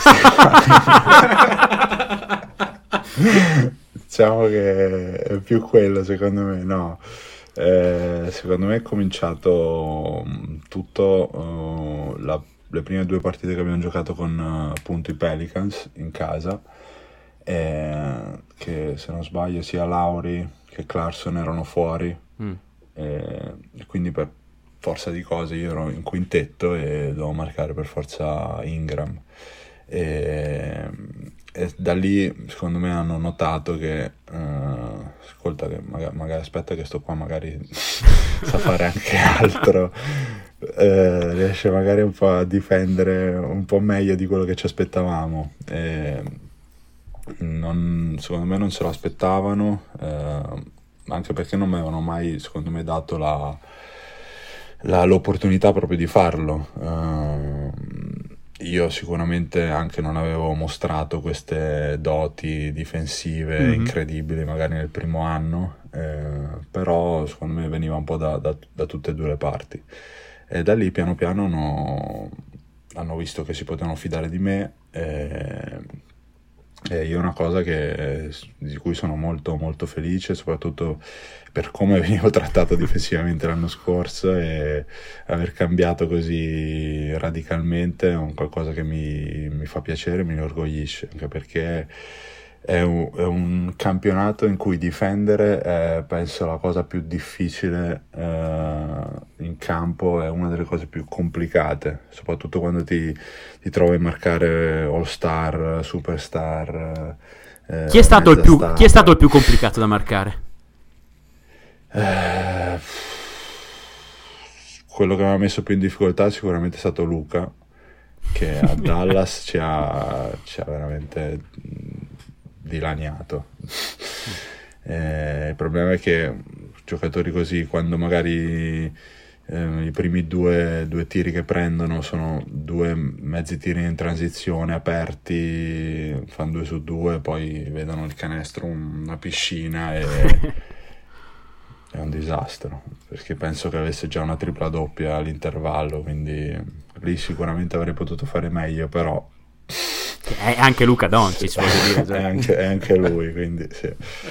Diciamo che è più quello, secondo me. No, eh, secondo me è cominciato tutto uh, la, le prime due partite che abbiamo giocato con uh, appunto i Pelicans in casa, eh, che se non sbaglio sia Lauri che Clarkson erano fuori, mm. eh, e quindi per forza di cose io ero in quintetto e dovevo marcare per forza Ingram, e, e da lì secondo me hanno notato che uh, ascolta che magari, magari aspetta che sto qua magari sa fare anche altro, uh, riesce magari un po' a difendere un po' meglio di quello che ci aspettavamo. E non, secondo me non se lo aspettavano, uh, anche perché non mi avevano mai secondo me dato la, la, l'opportunità proprio di farlo. Uh, io sicuramente anche non avevo mostrato queste doti difensive mm-hmm. incredibili magari nel primo anno, eh, però secondo me veniva un po' da, da, da tutte e due le parti, e da lì piano piano hanno, hanno visto che si potevano fidare di me, e, e io è una cosa che, di cui sono molto molto felice, soprattutto per come venivo trattato difensivamente l'anno scorso, e aver cambiato così radicalmente è un qualcosa che mi, mi fa piacere, mi inorgoglisce, anche perché è un, è un campionato in cui difendere è penso la cosa più difficile eh, in campo, è una delle cose più complicate, soprattutto quando ti, ti trovi a marcare all star, superstar. Eh, chi, è stato il più, chi è stato il più complicato da marcare? Eh, quello che mi ha messo più in difficoltà sicuramente è stato Luca, che a Dallas ci, ha, ci ha veramente dilaniato. Eh, il problema è che giocatori così, quando magari eh, i primi due, due tiri che prendono sono due mezzi tiri in transizione aperti, fanno due su due, poi vedono il canestro una piscina e è un disastro, perché penso che avesse già una tripla doppia all'intervallo, quindi lì sicuramente avrei potuto fare meglio, però è anche Luka Doncic, sì, voglio dire, cioè. è, anche, è anche lui, quindi sì.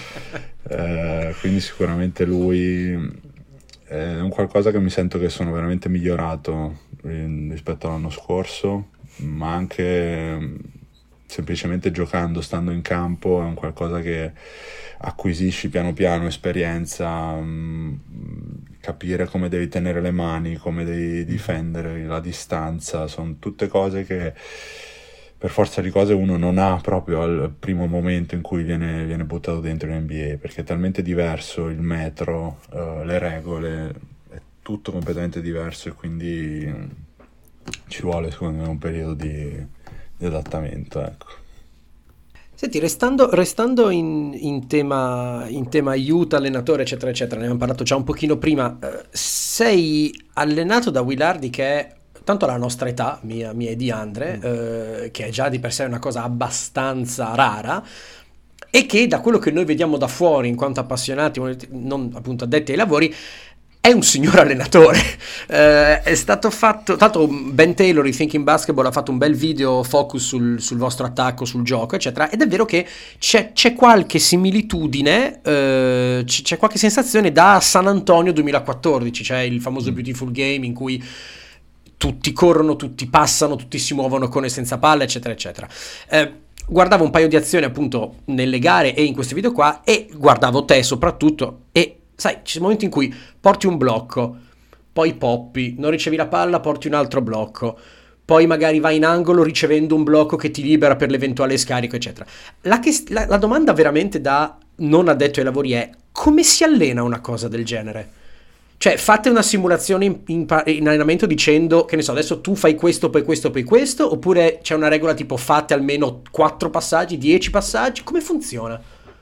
eh, quindi sicuramente lui è un qualcosa che mi sento che sono veramente migliorato rispetto all'anno scorso, ma anche semplicemente giocando, stando in campo, è un qualcosa che acquisisci piano piano, esperienza, mh, capire come devi tenere le mani, come devi difendere la distanza, sono tutte cose che per forza di cose uno non ha proprio al primo momento in cui viene, viene buttato dentro in N B A, perché è talmente diverso il metro, uh, le regole, è tutto completamente diverso, e quindi ci vuole secondo me un periodo di, di adattamento, ecco. Senti, restando, restando in, in, tema, in tema aiuto, allenatore, eccetera, eccetera, ne abbiamo parlato già un pochino prima, eh, sei allenato da Will Hardy, che è tanto la nostra età, mia, mia e di Andre, mm. eh, che è già di per sé una cosa abbastanza rara, e che da quello che noi vediamo da fuori, in quanto appassionati, non appunto addetti ai lavori, è un signor allenatore. eh, è stato fatto, tanto Ben Taylor di Thinking Basketball ha fatto un bel video focus sul, sul vostro attacco, sul gioco, eccetera, ed è vero che c'è, c'è qualche similitudine, eh, c'è, c'è qualche sensazione da San Antonio duemilaquattordici, cioè il famoso Beautiful Game in cui tutti corrono, tutti passano, tutti si muovono con e senza palla, eccetera, eccetera. Eh, guardavo un paio di azioni appunto nelle gare e in questo video qua, e guardavo te soprattutto, e sai, ci sono momenti in cui porti un blocco, poi poppi, non ricevi la palla, porti un altro blocco, poi magari vai in angolo ricevendo un blocco che ti libera per l'eventuale scarico, eccetera. La, che, la, la domanda veramente da non addetto ai lavori è: come si allena una cosa del genere? Cioè, fate una simulazione in, in, in allenamento dicendo, che ne so, adesso tu fai questo, poi questo, poi questo, oppure c'è una regola tipo fate almeno quattro passaggi, dieci passaggi? Come funziona?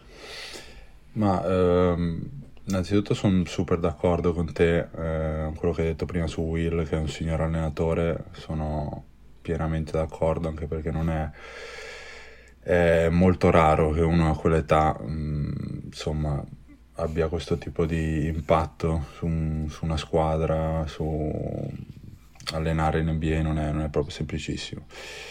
Ma ehm, innanzitutto sono super d'accordo con te, eh, quello che hai detto prima su Will, che è un signor allenatore, sono pienamente d'accordo, anche perché non è, è molto raro che uno a quell'età, mh, insomma, abbia questo tipo di impatto su, un, su una squadra, su allenare in N B A non è, non è proprio semplicissimo.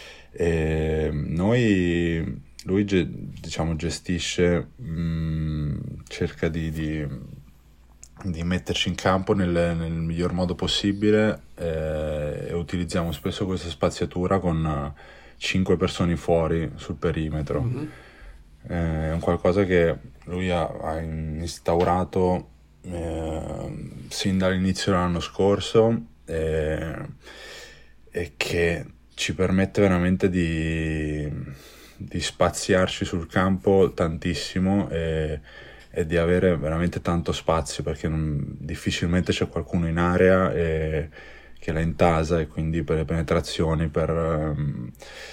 E noi, lui diciamo gestisce, mh, cerca di, di, di metterci in campo nel, nel miglior modo possibile, eh, e utilizziamo spesso questa spaziatura con cinque persone fuori sul perimetro. Mm-hmm. È un qualcosa che lui ha, ha instaurato eh, sin dall'inizio dell'anno scorso, e, e che ci permette veramente di, di spaziarci sul campo tantissimo e, e di avere veramente tanto spazio, perché non, difficilmente c'è qualcuno in area e, che la intasa, e quindi per le penetrazioni, per um,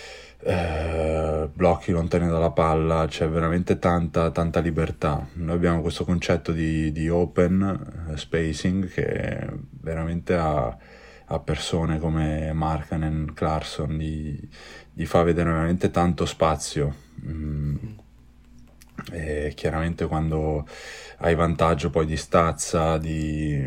eh, blocchi lontani dalla palla c'è veramente tanta tanta libertà. Noi abbiamo questo concetto di, di open uh, spacing che veramente ha, a persone come Markkanen, Clarkson gli, gli fa vedere veramente tanto spazio. Mm. E chiaramente quando hai vantaggio poi di stazza, di,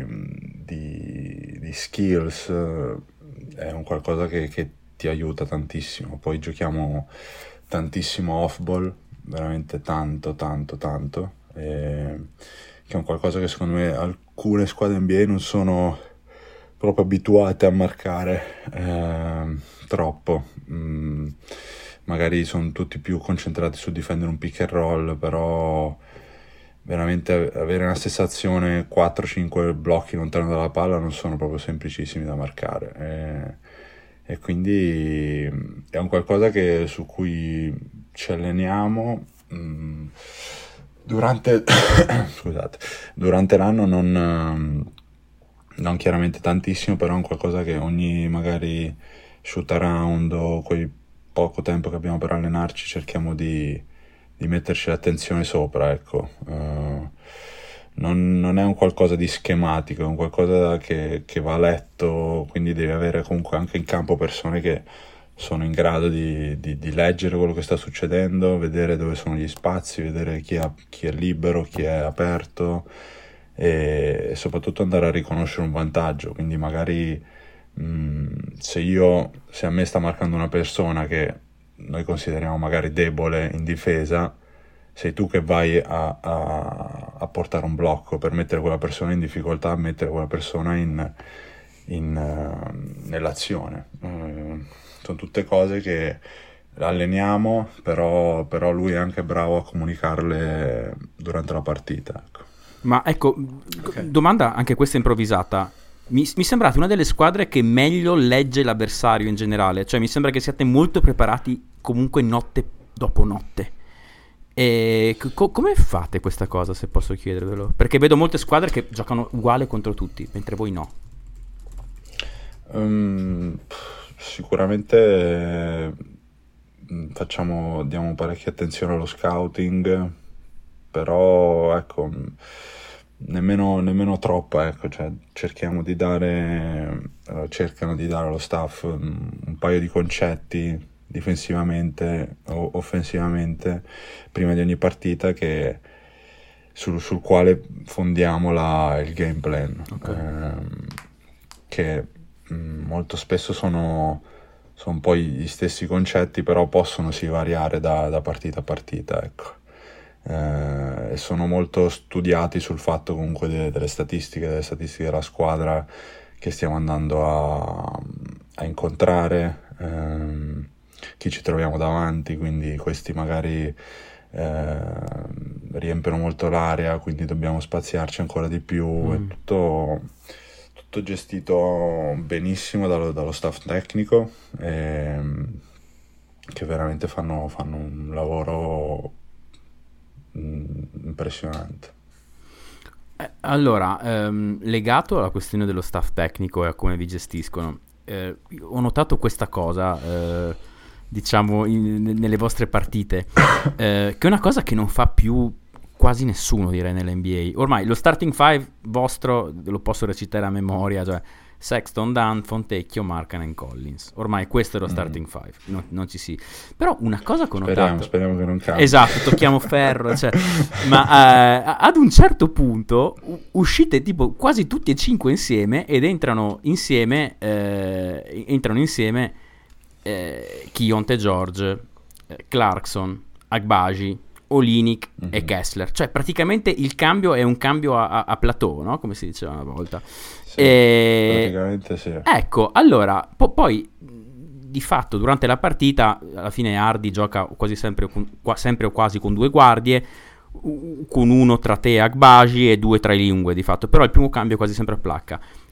di, di skills, è un qualcosa che, che ti aiuta tantissimo. Poi giochiamo tantissimo off-ball, veramente tanto, tanto, tanto, e, che è un qualcosa che secondo me alcune squadre N B A non sono proprio abituate a marcare eh, troppo. Mm, magari sono tutti più concentrati su difendere un pick and roll, però veramente avere una stessa azione quattro cinque blocchi lontano dalla palla non sono proprio semplicissimi da marcare, e, e quindi è un qualcosa che, su cui ci alleniamo mh, durante scusate durante l'anno, non, non chiaramente tantissimo, però è un qualcosa che ogni magari shoot around o quei poco tempo che abbiamo per allenarci cerchiamo di, di metterci l'attenzione sopra, ecco. Uh, non, non è un qualcosa di schematico, è un qualcosa che, che va letto, quindi devi avere comunque anche in campo persone che sono in grado di, di, di leggere quello che sta succedendo, vedere dove sono gli spazi, vedere chi, ha, chi è libero, chi è aperto, e, e soprattutto andare a riconoscere un vantaggio. Quindi magari se io se a me sta marcando una persona che noi consideriamo magari debole in difesa, sei tu che vai a, a, a portare un blocco per mettere quella persona in difficoltà, a mettere quella persona in, in, uh, nell'azione. Uh, sono tutte cose che alleniamo, però, però lui è anche bravo a comunicarle durante la partita, ecco. Ma ecco, okay. Domanda anche questa improvvisata. Mi, mi sembrate una delle squadre che meglio legge l'avversario in generale, cioè mi sembra che siate molto preparati comunque notte dopo notte. E co- come fate questa cosa, se posso chiedervelo? Perché vedo molte squadre che giocano uguale contro tutti, mentre voi no. Um, sicuramente eh, facciamo, diamo parecchia attenzione allo scouting, però ecco, nemmeno, nemmeno troppa, ecco, cioè cerchiamo di dare, uh, cercano di dare allo staff un, un paio di concetti difensivamente o offensivamente prima di ogni partita che, sul, sul quale fondiamo la, il game plan, okay. ehm, che mh, molto spesso sono, sono poi gli stessi concetti, però possono si variare da, da partita a partita, ecco. Eh, e sono molto studiati sul fatto comunque de, delle statistiche, delle statistiche della squadra che stiamo andando a, a incontrare, ehm, chi ci troviamo davanti, quindi questi magari eh, riempiono molto l'area, quindi dobbiamo spaziarci ancora di più. Mm. È tutto, tutto gestito benissimo dallo, dallo staff tecnico, e, che veramente fanno, fanno un lavoro mm, impressionante. Eh, allora, ehm, legato alla questione dello staff tecnico e a come vi gestiscono, eh, ho notato questa cosa, eh, diciamo in, nelle vostre partite, eh, che è una cosa che non fa più quasi nessuno, direi, nell'N B A. Ormai lo starting five vostro lo posso recitare a memoria, cioè Sexton, Dunn, Fontecchio, Markkanen, Collins. Ormai questo è lo starting mm. five, no, non ci si. Però una cosa che ho speriamo, notato, speriamo che non cambi. Esatto, tocchiamo ferro, cioè, ma eh, ad un certo punto u- uscite tipo quasi tutti e cinque insieme ed entrano insieme eh, entrano insieme Eh, Keyonte George, eh, Clarkson, Agbaji, Olynyk mm-hmm. e Kessler. Cioè praticamente il cambio è un cambio a, a, a plateau, no? Come si diceva una volta. Sì, e... praticamente sì. Ecco, allora po- poi di fatto durante la partita alla fine Hardy gioca quasi sempre, con, qua, sempre o quasi con due guardie, con uno tra te e Agbaji e due tra i lingue di fatto, però il primo cambio è quasi sempre a placca.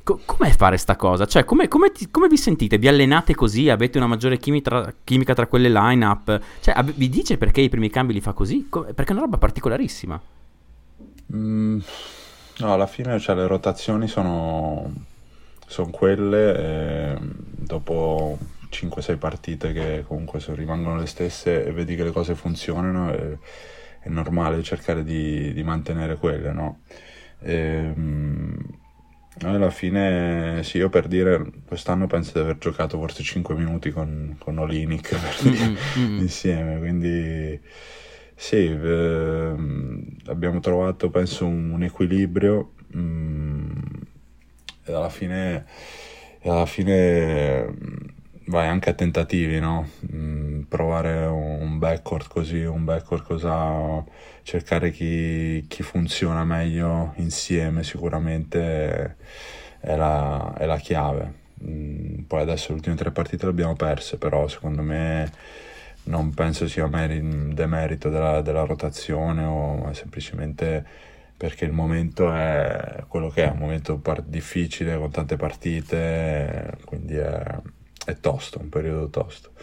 Co- com'è fare sta cosa? Cioè, come, come, ti- come vi sentite? Vi allenate così? Avete una maggiore chimi- tra- chimica tra quelle line-up? Cioè, ab- vi dice perché i primi cambi li fa così? Co- perché è una roba particolarissima. Mm, no, alla fine cioè, le rotazioni sono, sono quelle, e dopo cinque sei partite che comunque sono- rimangono le stesse e vedi che le cose funzionano, è, è normale cercare di, di mantenere quelle, no? E, mm, alla fine, sì, io per dire, quest'anno penso di aver giocato forse cinque minuti con, con Olynyk per dire, Mm-mm. insieme, quindi sì, ehm, abbiamo trovato penso un, un equilibrio, mm, e alla fine, e alla fine mm, vai anche a tentativi, no? Mm, provare un backcourt così, un backcourt cosa, cercare chi, chi funziona meglio insieme sicuramente è la, è la chiave. Mm, poi adesso le ultime tre partite le abbiamo perse, però secondo me non penso sia meri- demerito della, della rotazione, o è semplicemente perché il momento è quello che è, un momento par- difficile con tante partite, quindi è, è tosto, un periodo tosto.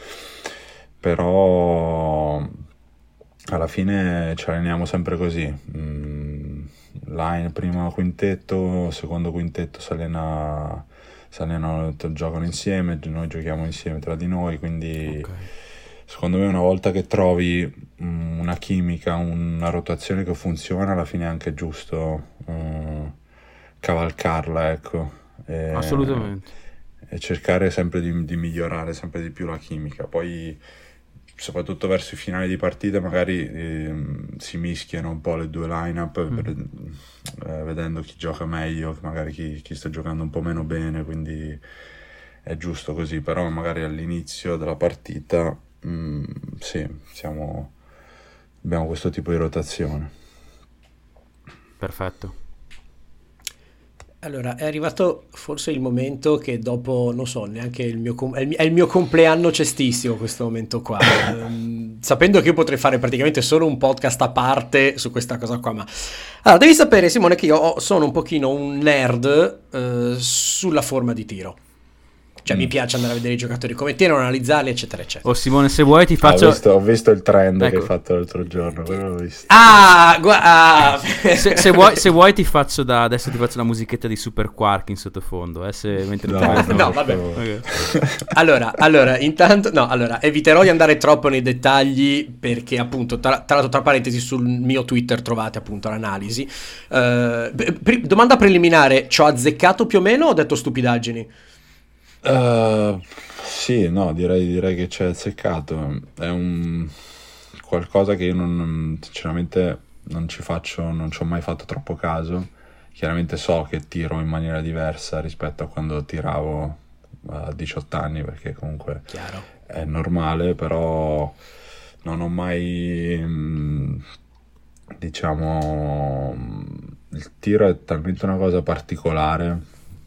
Però alla fine ci alleniamo sempre così, mm, line primo quintetto, secondo quintetto si allena, si allenano, giocano insieme, noi giochiamo insieme tra di noi, quindi Ok. secondo me una volta che trovi mm, una chimica, una rotazione che funziona, alla fine è anche giusto eh, cavalcarla, ecco, e, Assolutamente. e cercare sempre di, di migliorare sempre di più la chimica. Poi soprattutto verso i finali di partita magari ehm, si mischiano un po' le due line-up, Mm. per- eh, vedendo chi gioca meglio, magari chi, chi sta giocando un po' meno bene, quindi è giusto così. Però magari all'inizio della partita mm, sì, siamo, abbiamo questo tipo di rotazione. Perfetto. Allora, è arrivato forse il momento che dopo, non so, neanche il mio, com- è il, mi- è il mio compleanno cestistico questo momento qua. Ehm, sapendo che io potrei fare praticamente solo un podcast a parte su questa cosa qua, ma... Allora, devi sapere, Simone, che io ho- sono un pochino un nerd eh, sulla forma di tiro. Cioè, Mm. mi piace andare a vedere i giocatori come tirano, analizzarli, eccetera, eccetera. Oh Simone, se vuoi ti Ah, ho, faccio... visto, ho visto il trend che Ecco. hai fatto l'altro giorno, quello l'ho visto. Ah, gua- ah. Se, se vuoi, se vuoi ti faccio da... Adesso ti faccio la musichetta di Super Quark in sottofondo, eh, se, mentre No, ti no, vedo. no, per vabbè. favore. Ok. Allora, allora, intanto, no, allora, eviterò di andare troppo nei dettagli perché appunto, tra, tra l'altro tra parentesi sul mio Twitter trovate appunto l'analisi. Eh, beh, pri- domanda preliminare, ci ho azzeccato più o meno o ho detto stupidaggini? Uh, sì, no, direi, direi che c'è azzeccato. È un qualcosa che io non, non- sinceramente non ci faccio, non ci ho mai fatto troppo caso. Chiaramente so che tiro in maniera diversa rispetto a quando tiravo a diciotto anni, perché comunque Chiaro. è normale, però non ho mai, mm, diciamo, mm, il tiro è talmente una cosa particolare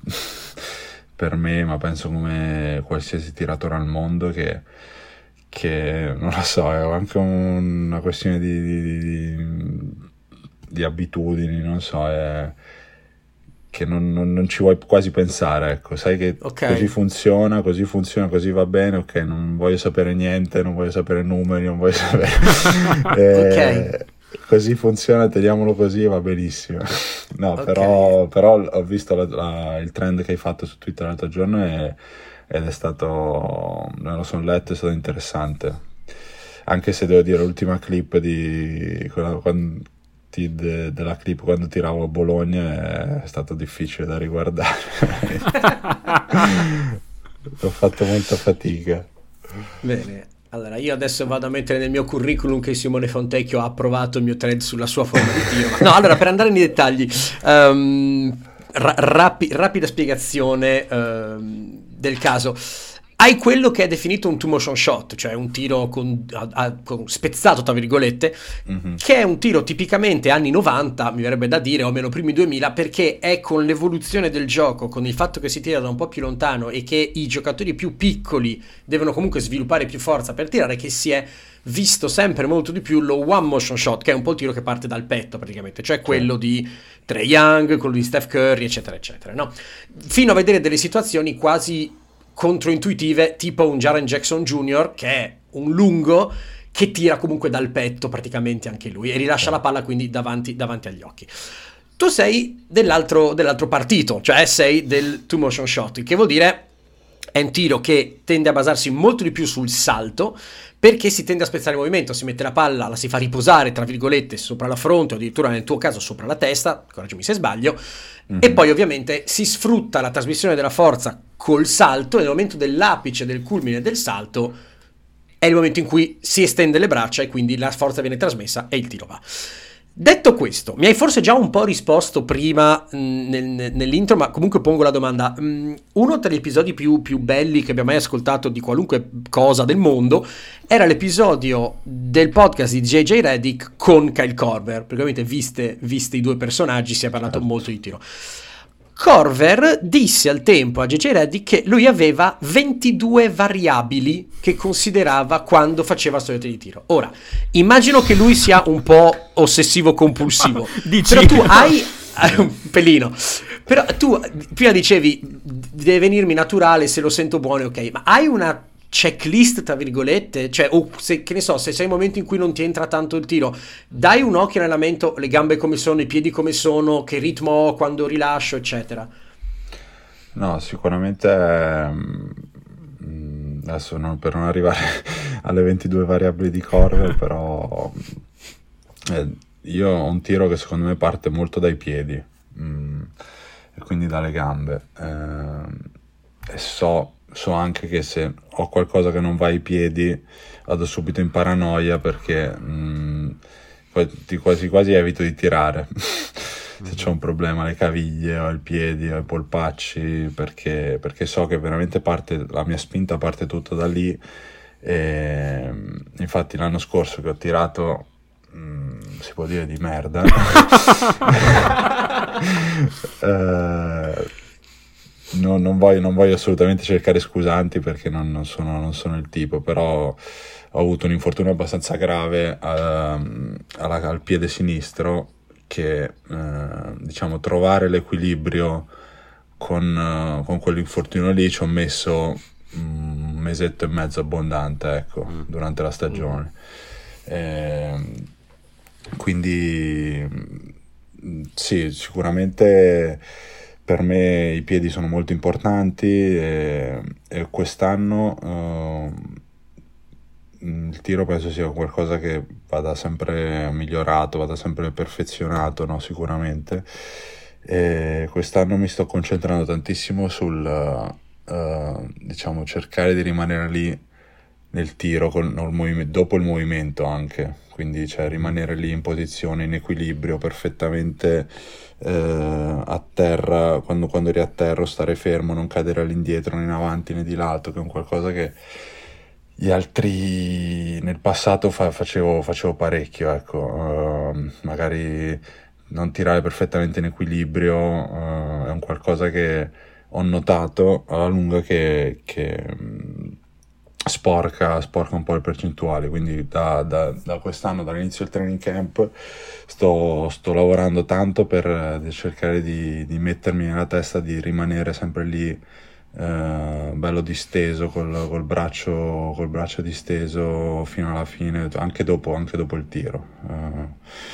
per me, ma penso come qualsiasi tiratore al mondo che, che non lo so, è anche una questione di, di, di- di abitudini, non so, è che non, non- non ci vuoi quasi pensare, ecco, sai che Ok. così funziona, così funziona, così va bene, ok, non voglio sapere niente, non voglio sapere numeri, non voglio sapere... Eh, così funziona, teniamolo così, va benissimo. No, Ok. però, però ho visto la- la- il trend che hai fatto su Twitter l'altro giorno e- ed è stato, me lo sono letto, è stato interessante. Anche se devo dire, l'ultima clip di quella, quan- ti- de- della clip quando tiravo a Bologna è stato difficile da riguardare. Ho fatto molta fatica. Bene. Allora, io adesso vado a mettere nel mio curriculum che Simone Fontecchio ha approvato il mio thread sulla sua forma di tiro. Ma- no, allora, per andare nei dettagli, ehm, ra- rapi- rapida spiegazione ehm, del caso. hai quello che è definito un two motion shot, cioè un tiro con, a, a, con spezzato tra virgolette, mm-hmm. che è un tiro tipicamente anni novanta, mi verrebbe da dire, o almeno primi duemila, perché è con l'evoluzione del gioco, con il fatto che si tira da un po' più lontano e che i giocatori più piccoli devono comunque sviluppare più forza per tirare, che si è visto sempre molto di più lo one motion shot, che è un po' il tiro che parte dal petto praticamente, cioè quello di Trae Young, quello di Steph Curry, eccetera eccetera, no? Fino a vedere delle situazioni quasi controintuitive, tipo un Jaren Jackson Junior, che è un lungo che tira comunque dal petto praticamente anche lui e rilascia la palla quindi davanti, davanti agli occhi. Tu sei dell'altro, dell'altro partito, cioè sei del two motion shot, il che vuol dire è un tiro che tende a basarsi molto di più sul salto, perché si tende a spezzare il movimento, si mette la palla, la si fa riposare tra virgolette sopra la fronte o addirittura nel tuo caso sopra la testa, correggimi se sbaglio, mm-hmm. e poi ovviamente si sfrutta la trasmissione della forza col salto e nel momento dell'apice, del culmine del salto è il momento in cui si estende le braccia e quindi la forza viene trasmessa e il tiro va. Detto questo, mi hai forse già un po' risposto prima mh, nel, nell'intro, ma comunque pongo la domanda. Mh, uno tra gli episodi più, più belli che abbia mai ascoltato di qualunque cosa del mondo era l'episodio del podcast di J J Redick con Kyle Korver, perché ovviamente viste, viste i due personaggi si è parlato molto di tiro. Korver disse al tempo a J J Redick che lui aveva ventidue variabili che considerava quando faceva storie di tiro. Ora, immagino che lui sia un po' ossessivo compulsivo, Dici. Però tu hai un pelino. Però tu prima dicevi deve venirmi naturale, se lo sento buono, ok, ma hai una checklist tra virgolette, cioè o se, che ne so, se sei in un momento in cui non ti entra tanto il tiro, dai un occhio all'allenamento, le gambe come sono, i piedi come sono, che ritmo ho quando rilascio, eccetera. No, sicuramente mh, adesso non, per non arrivare alle ventidue variabili di Korver, però eh, io ho un tiro che secondo me parte molto dai piedi mh, e quindi dalle gambe eh, e so so anche che se ho qualcosa che non va ai piedi vado subito in paranoia perché mh, quasi quasi evito di tirare se c'è un problema alle caviglie o ai piedi o ai polpacci, perché, perché so che veramente parte la mia spinta parte tutto da lì. E infatti l'anno scorso che ho tirato mh, si può dire di merda eh, No, non, voglio, non voglio assolutamente cercare scusanti perché non, non, sono, non sono il tipo, però ho avuto un infortunio abbastanza grave a, alla, al piede sinistro che eh, diciamo trovare l'equilibrio con, con quell'infortunio lì ci ho messo un mesetto e mezzo abbondante, ecco, mm. durante la stagione. E, quindi sì, sicuramente per me i piedi sono molto importanti e, e quest'anno uh, il tiro penso sia qualcosa che vada sempre migliorato, vada sempre perfezionato, no? Sicuramente. E quest'anno mi sto concentrando tantissimo sul uh, uh, diciamo cercare di rimanere lì nel tiro con il movimento, dopo il movimento anche, quindi cioè rimanere lì in posizione, in equilibrio perfettamente eh, a terra, quando, quando eri a terra, stare fermo, non cadere all'indietro né in avanti né di lato, che è un qualcosa che gli altri nel passato fa, facevo, facevo parecchio, ecco, uh, magari non tirare perfettamente in equilibrio uh, è un qualcosa che ho notato alla lunga che, che Sporca, sporca un po' le percentuali, quindi da, da, da quest'anno, dall'inizio del training camp, sto, sto lavorando tanto per cercare di, di mettermi nella testa di rimanere sempre lì, eh, bello disteso, col, col, braccio, col braccio disteso fino alla fine, anche dopo, anche dopo il tiro. Eh,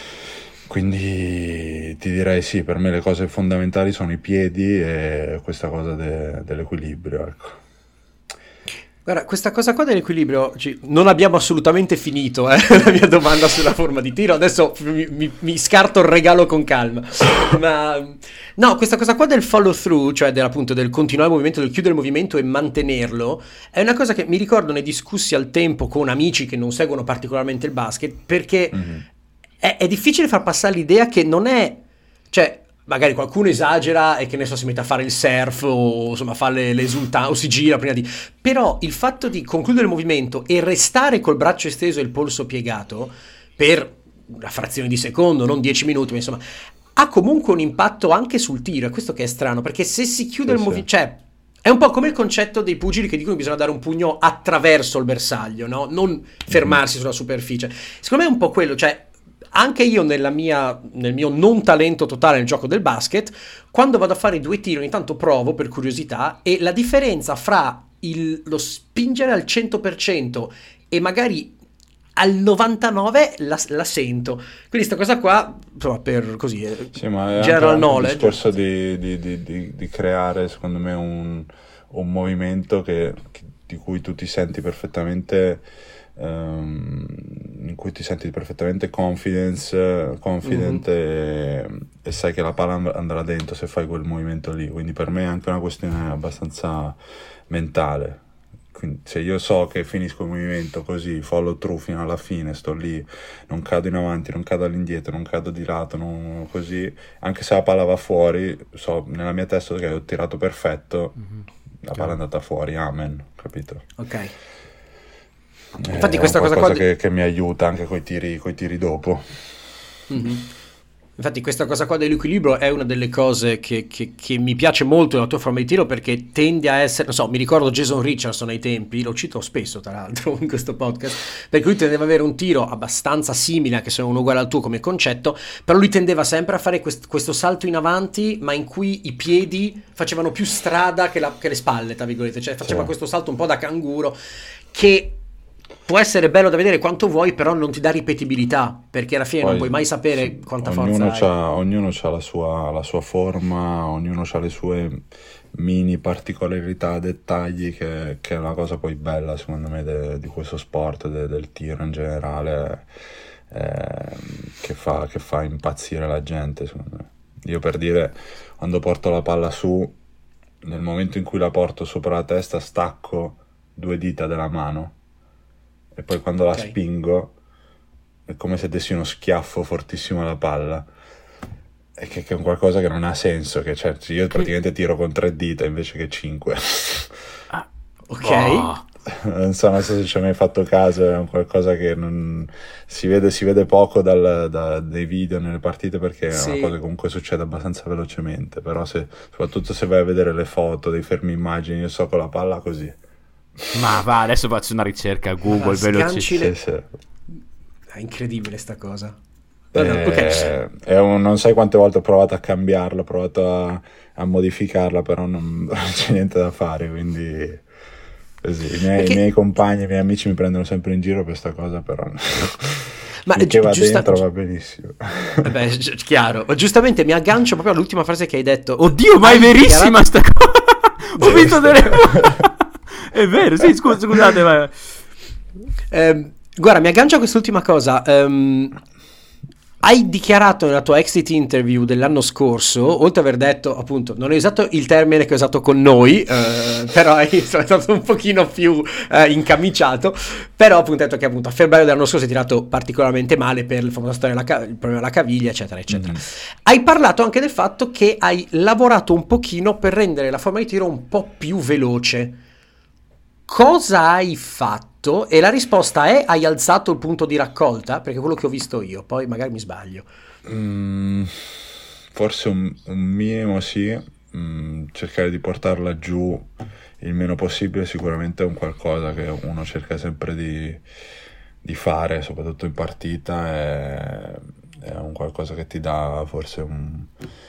quindi ti direi sì, per me le cose fondamentali sono i piedi e questa cosa de, dell'equilibrio, ecco. Guarda, questa cosa qua dell'equilibrio, non abbiamo assolutamente finito eh, la mia domanda sulla forma di tiro, adesso mi, mi, mi scarto il regalo con calma, ma no, questa cosa qua del follow through, cioè del, appunto del continuare il movimento, del chiudere il movimento e mantenerlo, è una cosa che mi ricordo ne discussi al tempo con amici che non seguono particolarmente il basket, perché mm-hmm. è, è difficile far passare l'idea che non è, cioè magari qualcuno esagera e che ne so si mette a fare il surf o insomma fa le, le esultanze o si gira prima di... Però il fatto di concludere il movimento e restare col braccio esteso e il polso piegato per una frazione di secondo, non dieci minuti, ma insomma ha comunque un impatto anche sul tiro, è questo che è strano, perché se si chiude Sì, il movimento... sì. Cioè, è un po' come il concetto dei pugili che dicono che bisogna dare un pugno attraverso il bersaglio, no? Non fermarsi Mm-hmm. sulla superficie. Secondo me è un po' quello, cioè anche io nella mia, nel mio non talento totale nel gioco del basket, quando vado a fare i due tiri ogni tanto provo per curiosità e la differenza fra il, lo spingere al cento per cento e magari al novantanove la, la sento. Quindi sta cosa qua, insomma, per così eh, Sì, ma è general anche un knowledge. discorso di, di, di, di, di creare, secondo me, un, un movimento che, che- di cui tu ti senti perfettamente, ehm, in cui ti senti perfettamente confidence, confident e, e sai che la palla and- andrà dentro se fai quel movimento lì. Quindi per me è anche una questione abbastanza mentale. Quindi se io so che finisco il movimento così, follow through fino alla fine, sto lì, non cado in avanti, non cado all'indietro, non cado di lato, non- così, anche se la palla va fuori, so nella mia testa che ho tirato perfetto, la palla è andata fuori, amen, capito? Ok. Eh, Infatti è questa un cosa qualcosa qua di- che, che mi aiuta anche coi tiri, coi tiri dopo. Mhm. Infatti questa cosa qua dell'equilibrio è una delle cose che, che- che mi piace molto nella tua forma di tiro, perché tendi a essere, non so, mi ricordo Jason Richardson ai tempi, lo cito spesso tra l'altro in questo podcast, perché lui tendeva ad avere un tiro abbastanza simile, anche se non uguale al tuo come concetto, però lui tendeva sempre a fare quest- questo salto in avanti, ma in cui i piedi facevano più strada che, la- che le spalle, tra virgolette, cioè faceva Sì. questo salto un po' da canguro, che può essere bello da vedere quanto vuoi, però non ti dà ripetibilità, perché alla fine non Poi, puoi mai sapere sì, quanta ognuno forza hai. c'ha, ognuno c'ha la sua, la sua forma, ognuno ha le sue mini particolarità, dettagli, che, che è una cosa poi bella secondo me de- di questo sport, de- del tiro in generale, ehm, che fa, che fa impazzire la gente, secondo me. Io, per dire, quando porto la palla su, nel momento in cui la porto sopra la testa, stacco due dita della mano e poi quando la Ok. spingo è come se dessi uno schiaffo fortissimo alla palla. E che, che è un qualcosa che non ha senso, che cioè, io praticamente tiro con tre dita invece che cinque. Ah, Ok. oh. Non so, non so se ci hai mai fatto caso, è un qualcosa che non si vede, si vede poco dal, da- dai video nelle partite, perché è Sì. una cosa che comunque succede abbastanza velocemente, però se, soprattutto se vai a vedere le foto dei fermi immagini, io so con la palla così. Ma va, adesso faccio una ricerca a Google Ma sganci velocissima. le- Sì, sì. È incredibile sta cosa. Eh, No, no, ok. è un- non sai quante volte ho provato a cambiarla, ho provato a, a modificarla, però non, non c'è niente da fare, quindi così. I miei, Perché- i miei compagni, i miei amici mi prendono sempre in giro per questa cosa, però Ma finché gi- va giusta- dentro va benissimo. Vabbè, gi- chiaro. Ma giustamente mi aggancio proprio all'ultima frase che hai detto. Oddio, ma è Hai verissima sta cosa! Ho Sì, visto sì. delle... È vero, sì, scu- scusate, ma... Ehm, guarda, mi aggancio a quest'ultima cosa. Ehm, hai dichiarato nella tua exit interview dell'anno scorso, oltre ad aver detto, appunto, non hai usato il termine che hai usato con noi, eh, però hai sono stato un pochino più eh, incamiciato, però appunto hai detto che appunto a febbraio dell'anno scorso hai tirato particolarmente male per la famosa storia della ca- il problema della caviglia, eccetera, eccetera. Mhm. Hai parlato anche del fatto che hai lavorato un pochino per rendere la forma di tiro un po' più veloce. Cosa hai fatto? E la risposta è: hai alzato il punto di raccolta? Perché è quello che ho visto io, poi magari mi sbaglio. Mm, forse un, un minimo sì. Mm, cercare di portarla giù il meno possibile sicuramente è un qualcosa che uno cerca sempre di, di fare, soprattutto in partita, è, è un qualcosa che ti dà forse un,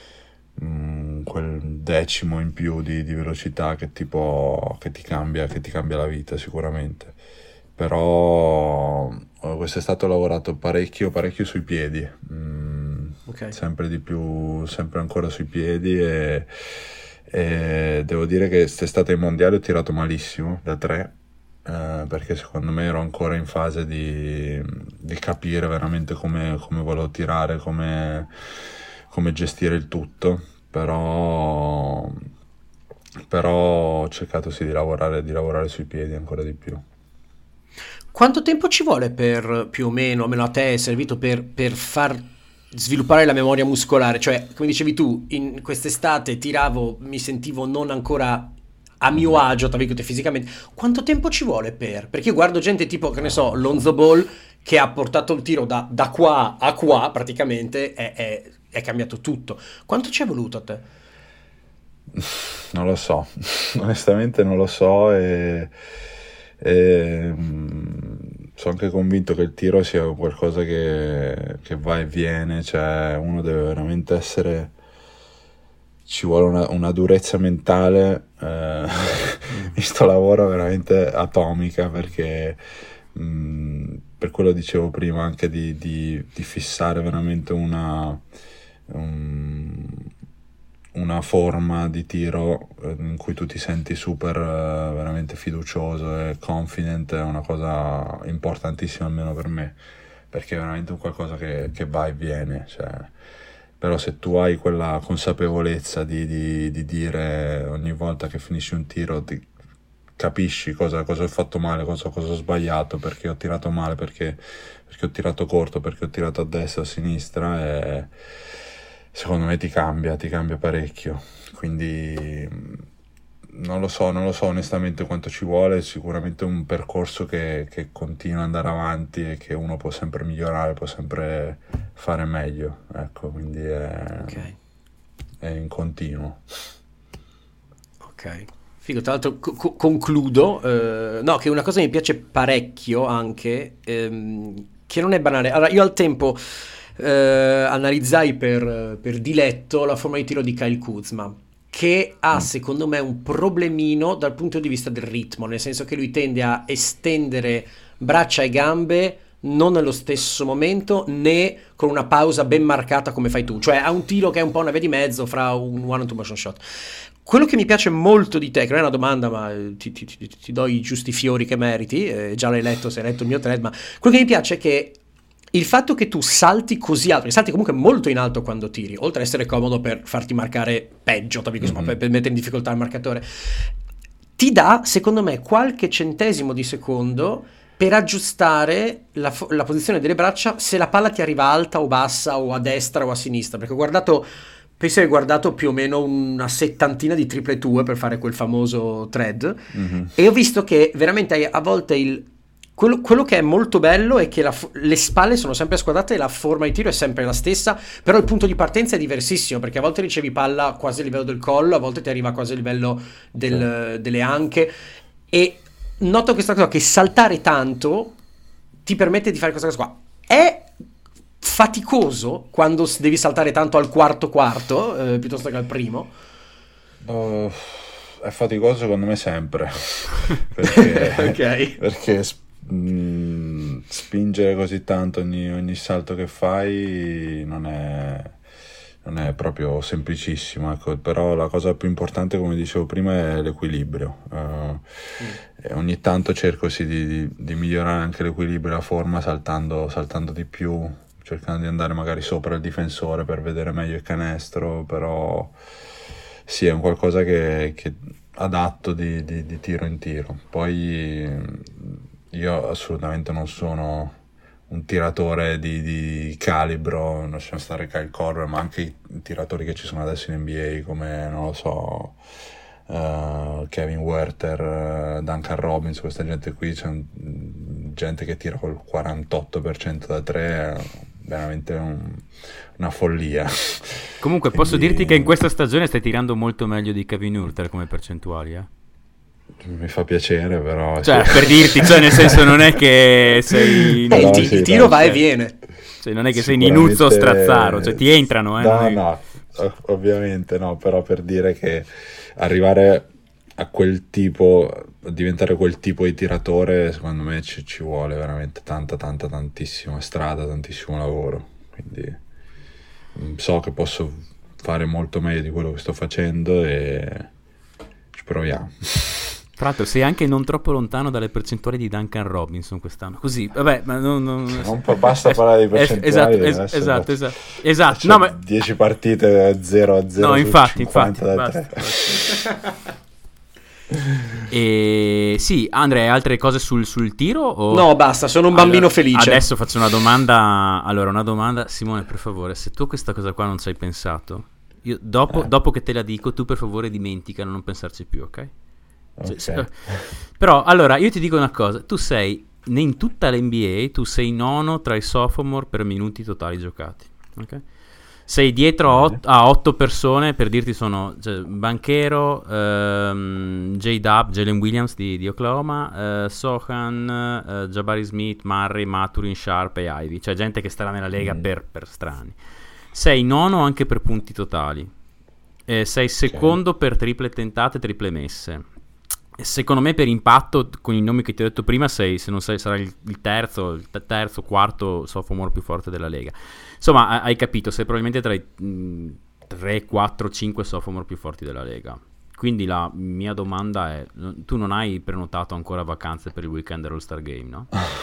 un- quel decimo in più di, di velocità che ti può, che ti cambia, che ti cambia la vita sicuramente. Però eh, quest'estate ho lavorato parecchio, parecchio sui piedi, mm, Ok. sempre di più, sempre ancora sui piedi, e, e devo dire che quest'estate ai mondiali ho tirato malissimo da tre, eh, perché secondo me ero ancora in fase di, di capire veramente come, come volevo tirare, come, come gestire il tutto, però, però ho cercato sì di lavorare, di lavorare sui piedi ancora di più. Quanto tempo ci vuole per, più o meno, almeno a te è servito per, per far sviluppare la memoria muscolare, cioè come dicevi tu, in quest'estate tiravo, mi sentivo non ancora a mio agio, tra virgolette, fisicamente. Quanto tempo ci vuole per? Perché io guardo gente tipo, che ne so, Lonzo Ball, che ha portato il tiro da, da qua a qua, praticamente, è, è, è cambiato tutto. Quanto ci è voluto a te? Non lo so, onestamente non lo so e, e sono anche convinto che il tiro sia qualcosa che, che va e viene, cioè uno deve veramente essere, ci vuole una, una durezza mentale eh, in sto lavoro veramente atomica, perché mh, per quello dicevo prima anche di, di, di fissare veramente una... Un, una forma di tiro in cui tu ti senti super uh, veramente fiducioso e confident è una cosa importantissima, almeno per me, perché è veramente un qualcosa che, che va e viene, cioè, però se tu hai quella consapevolezza di, di, di dire ogni volta che finisci un tiro ti capisci cosa, cosa ho fatto male, cosa, cosa ho sbagliato, perché ho tirato male, perché, perché ho tirato corto, perché ho tirato a destra o a sinistra, e secondo me ti cambia, ti cambia parecchio. Quindi non lo so, non lo so onestamente quanto ci vuole, sicuramente un percorso che, che continua ad andare avanti e che uno può sempre migliorare, può sempre fare meglio, ecco, quindi è, okay. È in continuo. Ok, figo, tra l'altro co- concludo, eh, no, che una cosa che mi piace parecchio anche, ehm, che non è banale. Allora, io al tempo eh, analizzai per, per diletto la forma di tiro di Kyle Kuzma, che ha mm. secondo me un problemino dal punto di vista del ritmo, nel senso che lui tende a estendere braccia e gambe non nello stesso momento né con una pausa ben marcata come fai tu, cioè ha un tiro che è un po' una via di mezzo fra un one and two motion shot. Quello che mi piace molto di te, che non è una domanda ma ti, ti, ti, ti do i giusti fiori che meriti, eh, già l'hai letto, se hai letto il mio thread, ma quello che mi piace è che il fatto che tu salti così alto, che salti comunque molto in alto quando tiri, oltre ad essere comodo per farti marcare peggio, mm-hmm. per, per mettere in difficoltà il marcatore, ti dà, secondo me, qualche centesimo di secondo per aggiustare la, la posizione delle braccia se la palla ti arriva alta o bassa o a destra o a sinistra, perché ho guardato, penso che hai guardato più o meno una settantina di triple tue per fare quel famoso thread, mm-hmm. e ho visto che veramente hai, a volte il Quello, quello che è molto bello è che la, le spalle sono sempre squadrate e la forma di tiro è sempre la stessa, però il punto di partenza è diversissimo, perché a volte ricevi palla quasi a livello del collo, a volte ti arriva quasi a livello del, sì. delle anche, e noto questa cosa, che saltare tanto ti permette di fare questa cosa qua. È faticoso quando devi saltare tanto al quarto quarto eh, piuttosto che al primo? Uh, è faticoso secondo me sempre, perché, okay. perché Mm, spingere così tanto ogni, ogni salto che fai non è, non è proprio semplicissimo, ecco. Però la cosa più importante, come dicevo prima, è l'equilibrio, uh, mm. e ogni tanto cerco sì, di, di, di migliorare anche l'equilibrio e la forma saltando, saltando di più, cercando di andare magari sopra il difensore per vedere meglio il canestro, però sì, è un qualcosa che, che adatto di, di, di tiro in tiro. Poi io assolutamente non sono un tiratore di, di calibro, lasciamo stare Kyle Korver, ma anche i tiratori che ci sono adesso in N B A come, non lo so, uh, Kevin Werther, uh, Duncan Robinson, questa gente qui, c'è un, gente che tira col quarantotto per cento da tre, è veramente un, una follia. Comunque posso Quindi... dirti che in questa stagione stai tirando molto meglio di Kevin Werther come percentuali, eh? Mi fa piacere, però cioè sì. per dirti, cioè nel senso non è che sei no, il, t- sì, il tiro no, va e viene, cioè non è che sei Ninuzzo o Strazzaro, cioè ti entrano, eh, no è... no ovviamente no, però per dire che arrivare a quel tipo, a diventare quel tipo di tiratore, secondo me ci, ci vuole veramente tanta tanta tantissima strada, tantissimo lavoro, quindi so che posso fare molto meglio di quello che sto facendo e ci proviamo. Tra l'altro sei anche non troppo lontano dalle percentuali di Duncan Robinson quest'anno. Così, vabbè, ma non... non... non basta parlare di percentuali. Esatto, es- esatto, esatto. esatto. No, ma... dieci partite zero a zero. No, infatti, infatti, da basta. E sì, Andrea, altre cose sul, sul tiro? O... No, basta, sono un bambino allora, felice. Adesso faccio una domanda. Allora, una domanda, Simone, per favore, se tu questa cosa qua non ci hai pensato, io dopo, eh. dopo che te la dico, tu per favore dimentica, non pensarci più, ok? Okay. Cioè, però, allora, io ti dico una cosa, tu sei, in tutta l'N B A, tu sei nono tra i sophomore per minuti totali giocati, ok? Sei dietro a, ot- a otto persone, per dirti sono cioè, Banchero, ehm, J-Dub, Jalen Williams di, di Oklahoma, eh, Sohan, eh, Jabari Smith, Murray, Maturin, Sharp e Ivy. Cioè gente che starà nella Lega mm. per, per strani. Sei nono anche per punti totali. Eh, sei secondo okay. per triple tentate e triple messe. Secondo me per impatto, con i nomi che ti ho detto prima, sei, se non sei, sarà il, il terzo, il terzo, quarto sophomore più forte della Lega. Insomma, hai capito, sei probabilmente tra i mh, tre, quattro, cinque sophomore più forti della Lega. Quindi la mia domanda è, tu non hai prenotato ancora vacanze per il weekend dell'All-Star Game, no?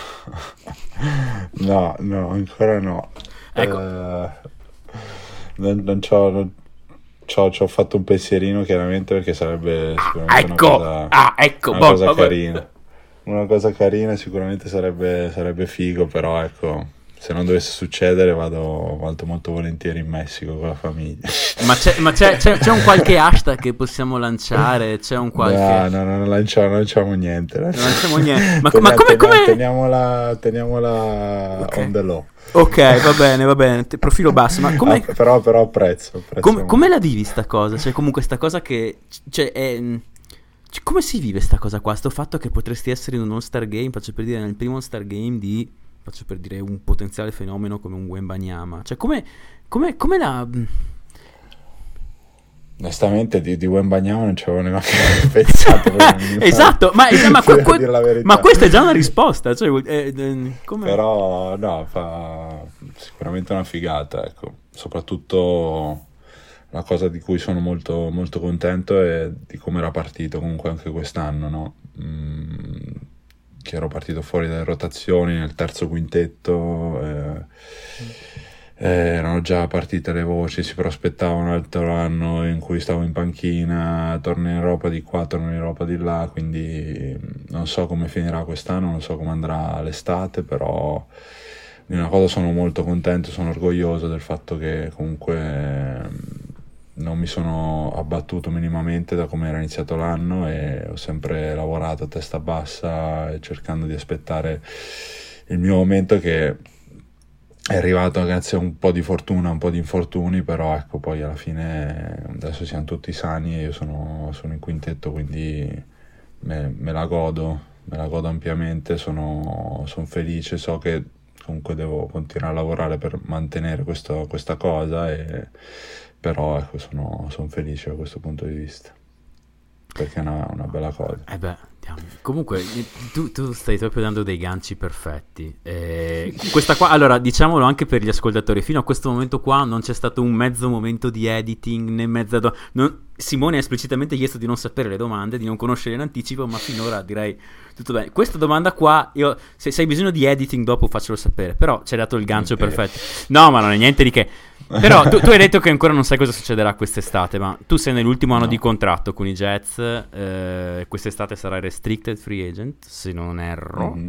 no, no, ancora no. Ecco. Uh, non, non c'ho... Non... Ci ho fatto un pensierino chiaramente perché sarebbe sicuramente ecco, una cosa, ah, ecco, una bon, cosa vabbè. carina. Una cosa carina sicuramente sarebbe, sarebbe figo, però ecco, se non dovesse succedere vado, vado molto volentieri in Messico con la famiglia. Ma c'è, ma c'è, c'è, c'è un qualche hashtag che possiamo lanciare? C'è un qualche... No, no, no non lanciamo, non lanciamo niente. Non lanciamo niente. Ma, Tenia, ma come... tenia, come... Teniamola, teniamola okay. on the low. Ok, va bene, va bene, profilo basso, ma come... Ah, però, però apprezzo, apprezzo com, come la vivi sta cosa? Cioè comunque sta cosa che... Cioè, è, cioè, come si vive sta cosa qua? Sto fatto che potresti essere in un All-Star Game, faccio per dire nel primo All-Star Game di... Faccio per dire un potenziale fenomeno come un Wembanyama. Cioè come... come, come la... Onestamente di, di Wembanyama non ci avevo neanche pensato. Esatto, ma, ma, que, que, ma questa è già una risposta. Cioè, eh, eh, come... Però no, fa sicuramente una figata, ecco. Soprattutto la cosa di cui sono molto, molto contento è di come era partito comunque anche quest'anno, no? Mm, che ero partito fuori dalle rotazioni nel terzo quintetto. Eh, Eh, erano già partite le voci, si prospettava un altro anno in cui stavo in panchina, torno in Europa di qua, torno in Europa di là, quindi non so come finirà quest'anno, non so come andrà l'estate, però di una cosa sono molto contento, sono orgoglioso del fatto che comunque non mi sono abbattuto minimamente da come era iniziato l'anno e ho sempre lavorato a testa bassa e cercando di aspettare il mio momento, che è arrivato grazie a un po' di fortuna, un po' di infortuni, però ecco, poi alla fine adesso siamo tutti sani e io sono, sono in quintetto, quindi me, me la godo, me la godo ampiamente, sono, sono felice, so che comunque devo continuare a lavorare per mantenere questo, questa cosa, e, però ecco, sono, sono felice da questo punto di vista, perché è una, una bella cosa. Eh beh. Comunque tu, tu stai proprio dando dei ganci perfetti. Eh, questa qua, allora diciamolo anche per gli ascoltatori, fino a questo momento qua non c'è stato un mezzo momento di editing né mezza do- non, Simone ha esplicitamente chiesto di non sapere le domande, di non conoscere in anticipo, ma finora direi tutto bene. Questa domanda qua, io se, se hai bisogno di editing dopo faccelo sapere, però ci hai dato il gancio okay. perfetto. No, ma non è niente di che. Però tu, tu hai detto che ancora non sai cosa succederà quest'estate, ma tu sei nell'ultimo no. anno di contratto con i Jets, eh, quest'estate sarai restricted free agent, se non erro. Mm-hmm.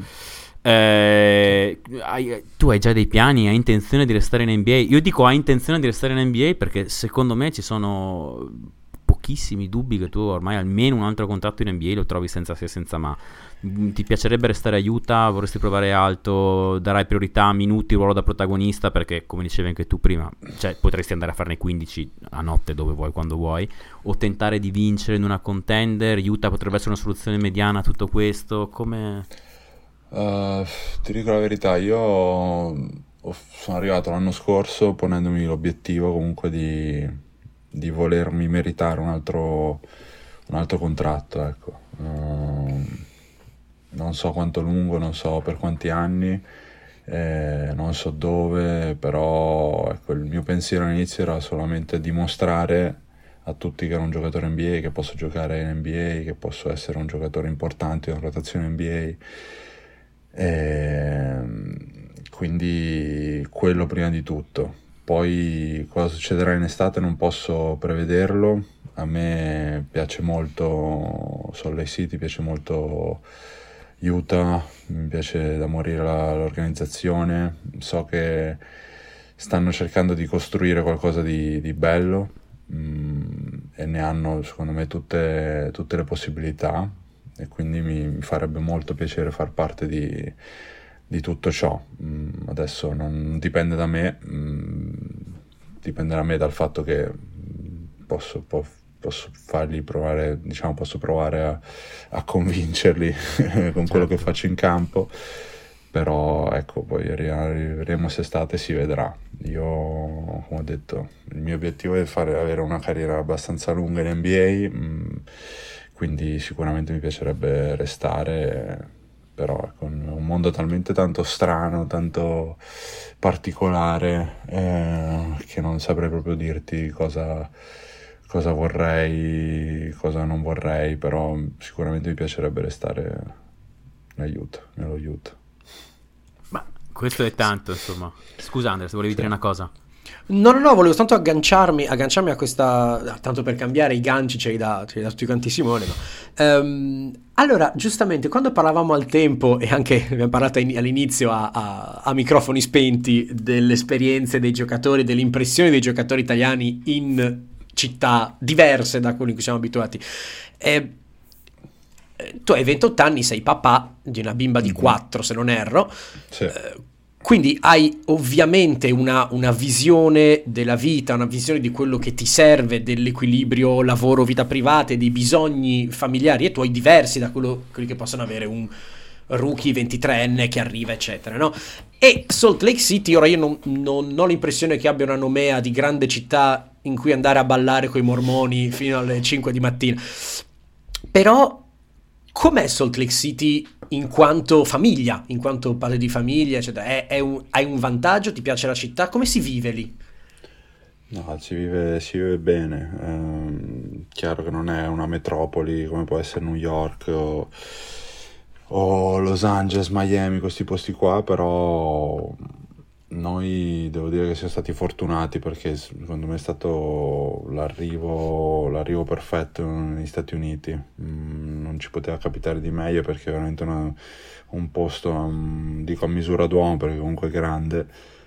Eh, hai, tu hai già dei piani, hai intenzione di restare in N B A? Io dico hai intenzione di restare in N B A perché secondo me ci sono pochissimi dubbi che tu ormai almeno un altro contratto in N B A lo trovi senza se e senza ma. Ti piacerebbe restare a Utah? Vorresti provare alto? Darai priorità a minuti, ruolo da protagonista? Perché come dicevi anche tu prima, cioè potresti andare a farne quindici a notte dove vuoi, quando vuoi, o tentare di vincere in una contender. Utah potrebbe essere una soluzione mediana a tutto questo. Come... Uh, ti dico la verità, io ho, sono arrivato l'anno scorso ponendomi l'obiettivo comunque di, di volermi meritare un altro, un altro contratto, ecco. Uh, non so quanto lungo, non so per quanti anni, eh, non so dove, però ecco, il mio pensiero all'inizio era solamente dimostrare a tutti che ero un giocatore N B A, che posso giocare in N B A, che posso essere un giocatore importante in una rotazione N B A, e quindi quello prima di tutto. Poi cosa succederà in estate non posso prevederlo, a me piace molto Salt Lake City, piace molto Utah, mi piace da morire la, l'organizzazione, so che stanno cercando di costruire qualcosa di, di bello mh, e ne hanno secondo me tutte, tutte le possibilità, e quindi mi, mi farebbe molto piacere far parte di, di tutto ciò. Mh, adesso non dipende da me, mh, dipende da me dal fatto che posso, po- posso fargli provare, diciamo, posso provare a, a convincerli con quello che faccio in campo, però ecco, poi arriveremo quest'estate, si vedrà. Io, come ho detto, il mio obiettivo è fare, avere una carriera abbastanza lunga in N B A, mh, quindi sicuramente mi piacerebbe restare, però ecco, è un mondo talmente tanto strano, tanto particolare, eh, che non saprei proprio dirti cosa, cosa vorrei, cosa non vorrei, però sicuramente mi piacerebbe restare nell'Utah, nello Utah. Ma questo è tanto, insomma. Scusa Andrea, se volevi Sì. dire una cosa. No, no, no, volevo tanto agganciarmi, agganciarmi a questa, tanto per cambiare i ganci ce li dà, ce li dà tutti quanti Simone, no? Ehm, allora, giustamente, quando parlavamo al tempo, e anche abbiamo parlato in- all'inizio a, a- a microfoni spenti, delle esperienze dei giocatori, delle impressioni dei giocatori italiani in città diverse da quelli in cui siamo abituati. Eh, eh, tu hai ventotto anni, sei papà di una bimba di Mhm. quattro, se non erro. Sì. Eh, Quindi hai ovviamente una, una visione della vita, una visione di quello che ti serve, dell'equilibrio lavoro-vita privata e dei bisogni familiari e tuoi diversi da quello, quelli che possono avere un rookie ventitreenne che arriva, eccetera, no? E Salt Lake City, ora io non, non ho l'impressione che abbia una nomea di grande città in cui andare a ballare coi mormoni fino alle cinque di mattina, però com'è Salt Lake City in quanto famiglia, in quanto padre di famiglia, eccetera? È, è un, hai un vantaggio? Ti piace la città? Come si vive lì? No, si vive, si vive bene. Ehm, chiaro che non è una metropoli come può essere New York o, o Los Angeles, Miami, questi posti qua, però noi devo dire che siamo stati fortunati, perché secondo me è stato l'arrivo, l'arrivo perfetto negli Stati Uniti. Mm, non ci poteva capitare di meglio, perché è veramente una- un posto, um, dico a misura d'uomo perché comunque è grande,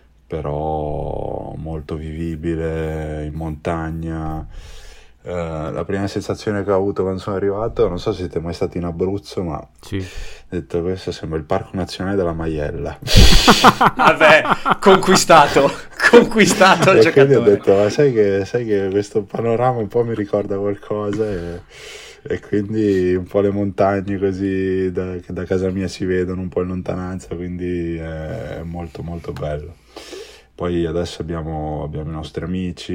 però molto vivibile, in montagna. Eh, la prima sensazione che ho avuto quando sono arrivato, non so se siete mai stati in Abruzzo, ma ho Sì. detto, questo sembra il Parco Nazionale della Maiella. Vabbè, conquistato, conquistato il E quindi ho giocatore. detto, ma sai che, sai che questo panorama un po' mi ricorda qualcosa, e, e quindi un po' le montagne così da, che da casa mia si vedono un po' in lontananza, quindi è molto molto bello. Poi adesso abbiamo, abbiamo i nostri amici,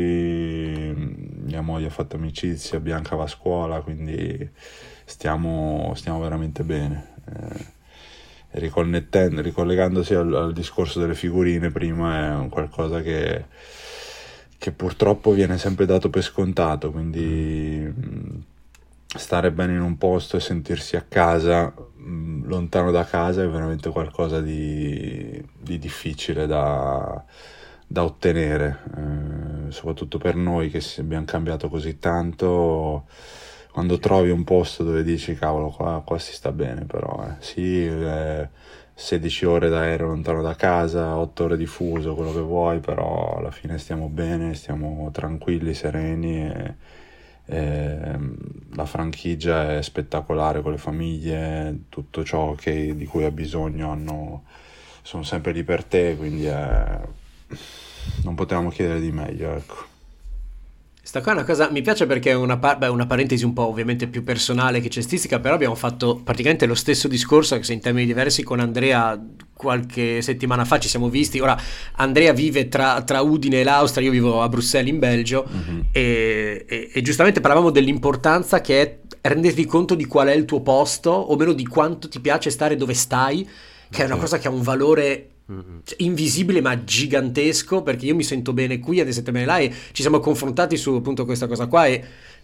mia moglie ha fatto amicizia, Bianca va a scuola, quindi stiamo, stiamo veramente bene. Eh, riconnettendo, ricollegandosi al, al discorso delle figurine prima, è un qualcosa che, che purtroppo viene sempre dato per scontato, quindi mh, stare bene in un posto e sentirsi a casa, mh, lontano da casa, è veramente qualcosa di, di difficile da, da ottenere, eh, soprattutto per noi che si- abbiamo cambiato così tanto. Quando trovi un posto dove dici cavolo, qua, qua si sta bene, però eh, sì, eh, sedici ore d'aereo lontano da casa, otto ore di fuso, quello che vuoi, però alla fine stiamo bene, stiamo tranquilli, sereni, e, e, la franchigia è spettacolare con le famiglie, tutto ciò che, di cui ha bisogno hanno, sono sempre lì per te, quindi è, non potevamo chiedere di meglio, ecco. Sta qua è una cosa, mi piace perché è una, pa- beh, una parentesi un po' ovviamente più personale che cestistica, però abbiamo fatto praticamente lo stesso discorso, anche se in termini diversi, con Andrea qualche settimana fa ci siamo visti. Ora Andrea vive tra, tra Udine e l'Austria, io vivo a Bruxelles in Belgio, Mhm. e, e- e giustamente parlavamo dell'importanza che è renderti conto di qual è il tuo posto, o meno di quanto ti piace stare dove stai, che è una Sì. cosa che ha un valore Mm-mm. cioè, invisibile ma gigantesco, perché io mi sento bene qui e sento bene là, e ci siamo confrontati su appunto questa cosa qua, e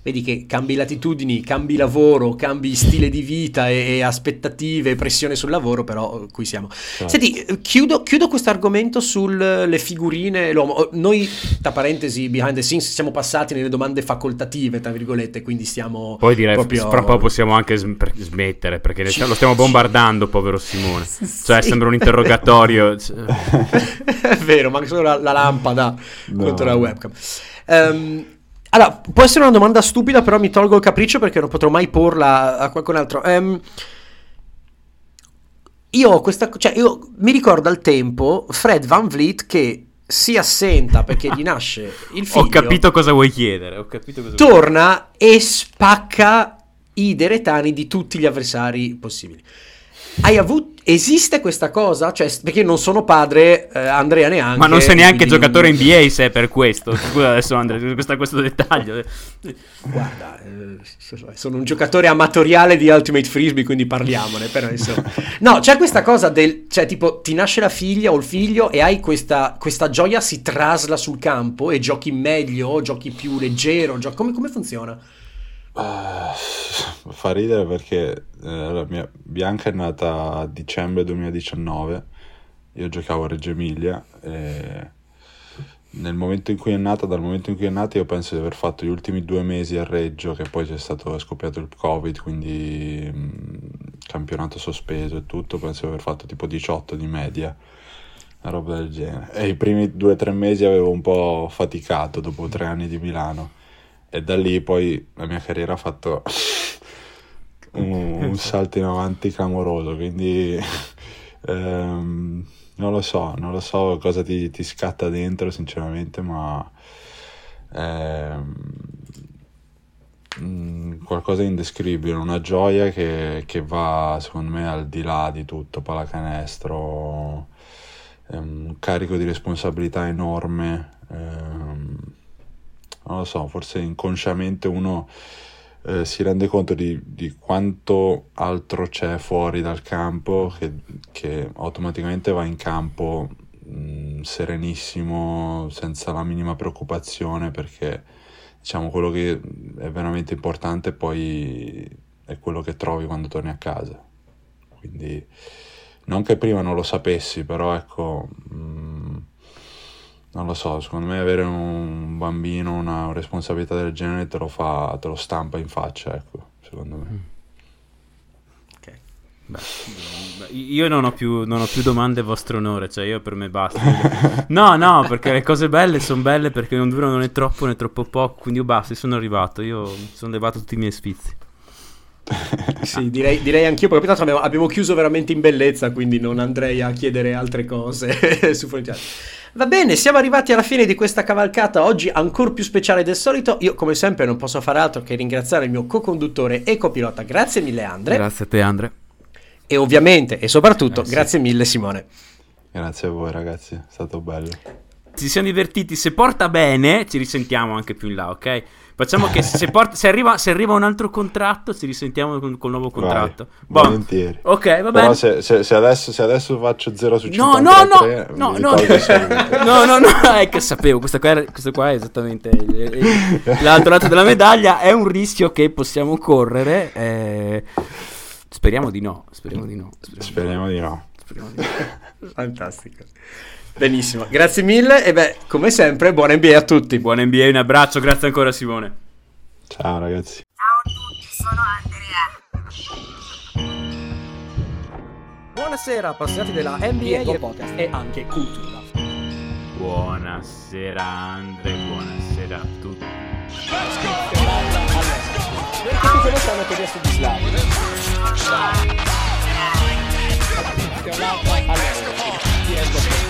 vedi che cambi latitudini, cambi lavoro, cambi stile di vita e, e aspettative, pressione sul lavoro, però qui siamo. Certo. Senti, chiudo, chiudo questo argomento sulle figurine, l'uomo. Noi, tra parentesi, behind the scenes, siamo passati nelle domande facoltative, tra virgolette, quindi stiamo poi direi proprio... fra poco possiamo anche smettere, perché ci, lo stiamo bombardando, ci... povero Simone. Cioè, sì. Sembra un interrogatorio. È vero, manca solo la, la lampada no. contro la webcam. Um, Allora, può essere una domanda stupida, però mi tolgo il capriccio perché non potrò mai porla a qualcun altro. Um, io ho questa, cioè io mi ricordo al tempo Fred VanVleet che si assenta perché gli nasce il figlio. Ho capito cosa vuoi chiedere, ho capito cosa torna vuoi... e spacca i deretani di tutti gli avversari possibili. Hai avuto esiste questa cosa? Cioè, perché io non sono padre, eh, Andrea neanche. Ma non sei neanche giocatore non... N B A se è per questo. Scusa adesso Andrea, questo, questo dettaglio. Guarda, eh, sono un giocatore amatoriale di Ultimate Frisbee, quindi parliamone, però insomma. No, c'è questa cosa del, cioè tipo ti nasce la figlia o il figlio e hai questa, questa gioia si trasla sul campo e giochi meglio, giochi più leggero, giochi... Come, come funziona? Uh, fa ridere perché eh, la mia Bianca è nata a dicembre duemiladiciannove, io giocavo a Reggio Emilia e nel momento in cui è nata, dal momento in cui è nata io penso di aver fatto gli ultimi due mesi a Reggio, che poi c'è stato è scoppiato il Covid, quindi mh, campionato sospeso e tutto, penso di aver fatto tipo diciotto di media, una roba del genere, e i primi due o tre mesi avevo un po' faticato dopo tre anni di Milano. E da lì poi la mia carriera ha fatto un, un salto in avanti clamoroso, quindi ehm, non lo so, non lo so cosa ti, ti scatta dentro sinceramente, ma ehm, mh, qualcosa di indescrivibile, una gioia che, che va secondo me al di là di tutto, pallacanestro, ehm, un carico di responsabilità enorme, ehm, non lo so, forse inconsciamente uno eh, si rende conto di, di quanto altro c'è fuori dal campo, che, che automaticamente va in campo mh, serenissimo, senza la minima preoccupazione, perché diciamo quello che è veramente importante poi è quello che trovi quando torni a casa. Quindi non che prima non lo sapessi, però ecco... Mh, non lo so, secondo me avere un bambino, una responsabilità del genere te lo fa, te lo stampa in faccia, ecco, secondo me. Ok. Beh, io non ho più non ho più domande a vostro onore, cioè io per me basta. No, no, perché le cose belle sono belle perché non durano né troppo né troppo poco, quindi io basta, io sono arrivato, io sono levato tutti i miei sfizi. Sì, direi, direi anch'io, perché tanto abbiamo, abbiamo chiuso veramente in bellezza, quindi non andrei a chiedere altre cose su fronte. Va bene, siamo arrivati alla fine di questa cavalcata, oggi ancora più speciale del solito. Io come sempre non posso fare altro che ringraziare il mio co-conduttore e copilota. Grazie mille Andre. Grazie a te Andre. E ovviamente e soprattutto grazie, grazie mille Simone. Grazie a voi ragazzi, è stato bello. Ci siamo divertiti, se porta bene ci risentiamo anche più in là, ok? Facciamo che se, porta, se, arriva, se arriva un altro contratto ci risentiamo con, col nuovo contratto. Vai, volentieri. Ok, va bene. Però se, se, se, adesso, se adesso faccio zero su no, cinquantatré no, no, no, no, no, no, no, è che sapevo, questa qua, è, questa qua è esattamente l'altro lato della medaglia, è un rischio che possiamo correre, eh, speriamo di no, speriamo di no. Speriamo, speriamo di no. Speriamo di no. Fantastico. Benissimo, grazie mille e beh, come sempre, buona N B A a tutti. Buona N B A, un abbraccio, grazie ancora Simone. Ciao ragazzi. Ciao a tutti, sono Andrea. Buonasera, appassionati della N B A podcast e anche cultura. Buonasera Andre, buonasera a tutti. Let's go! Perché tutti noi stanno per questo di slide. Allora, ti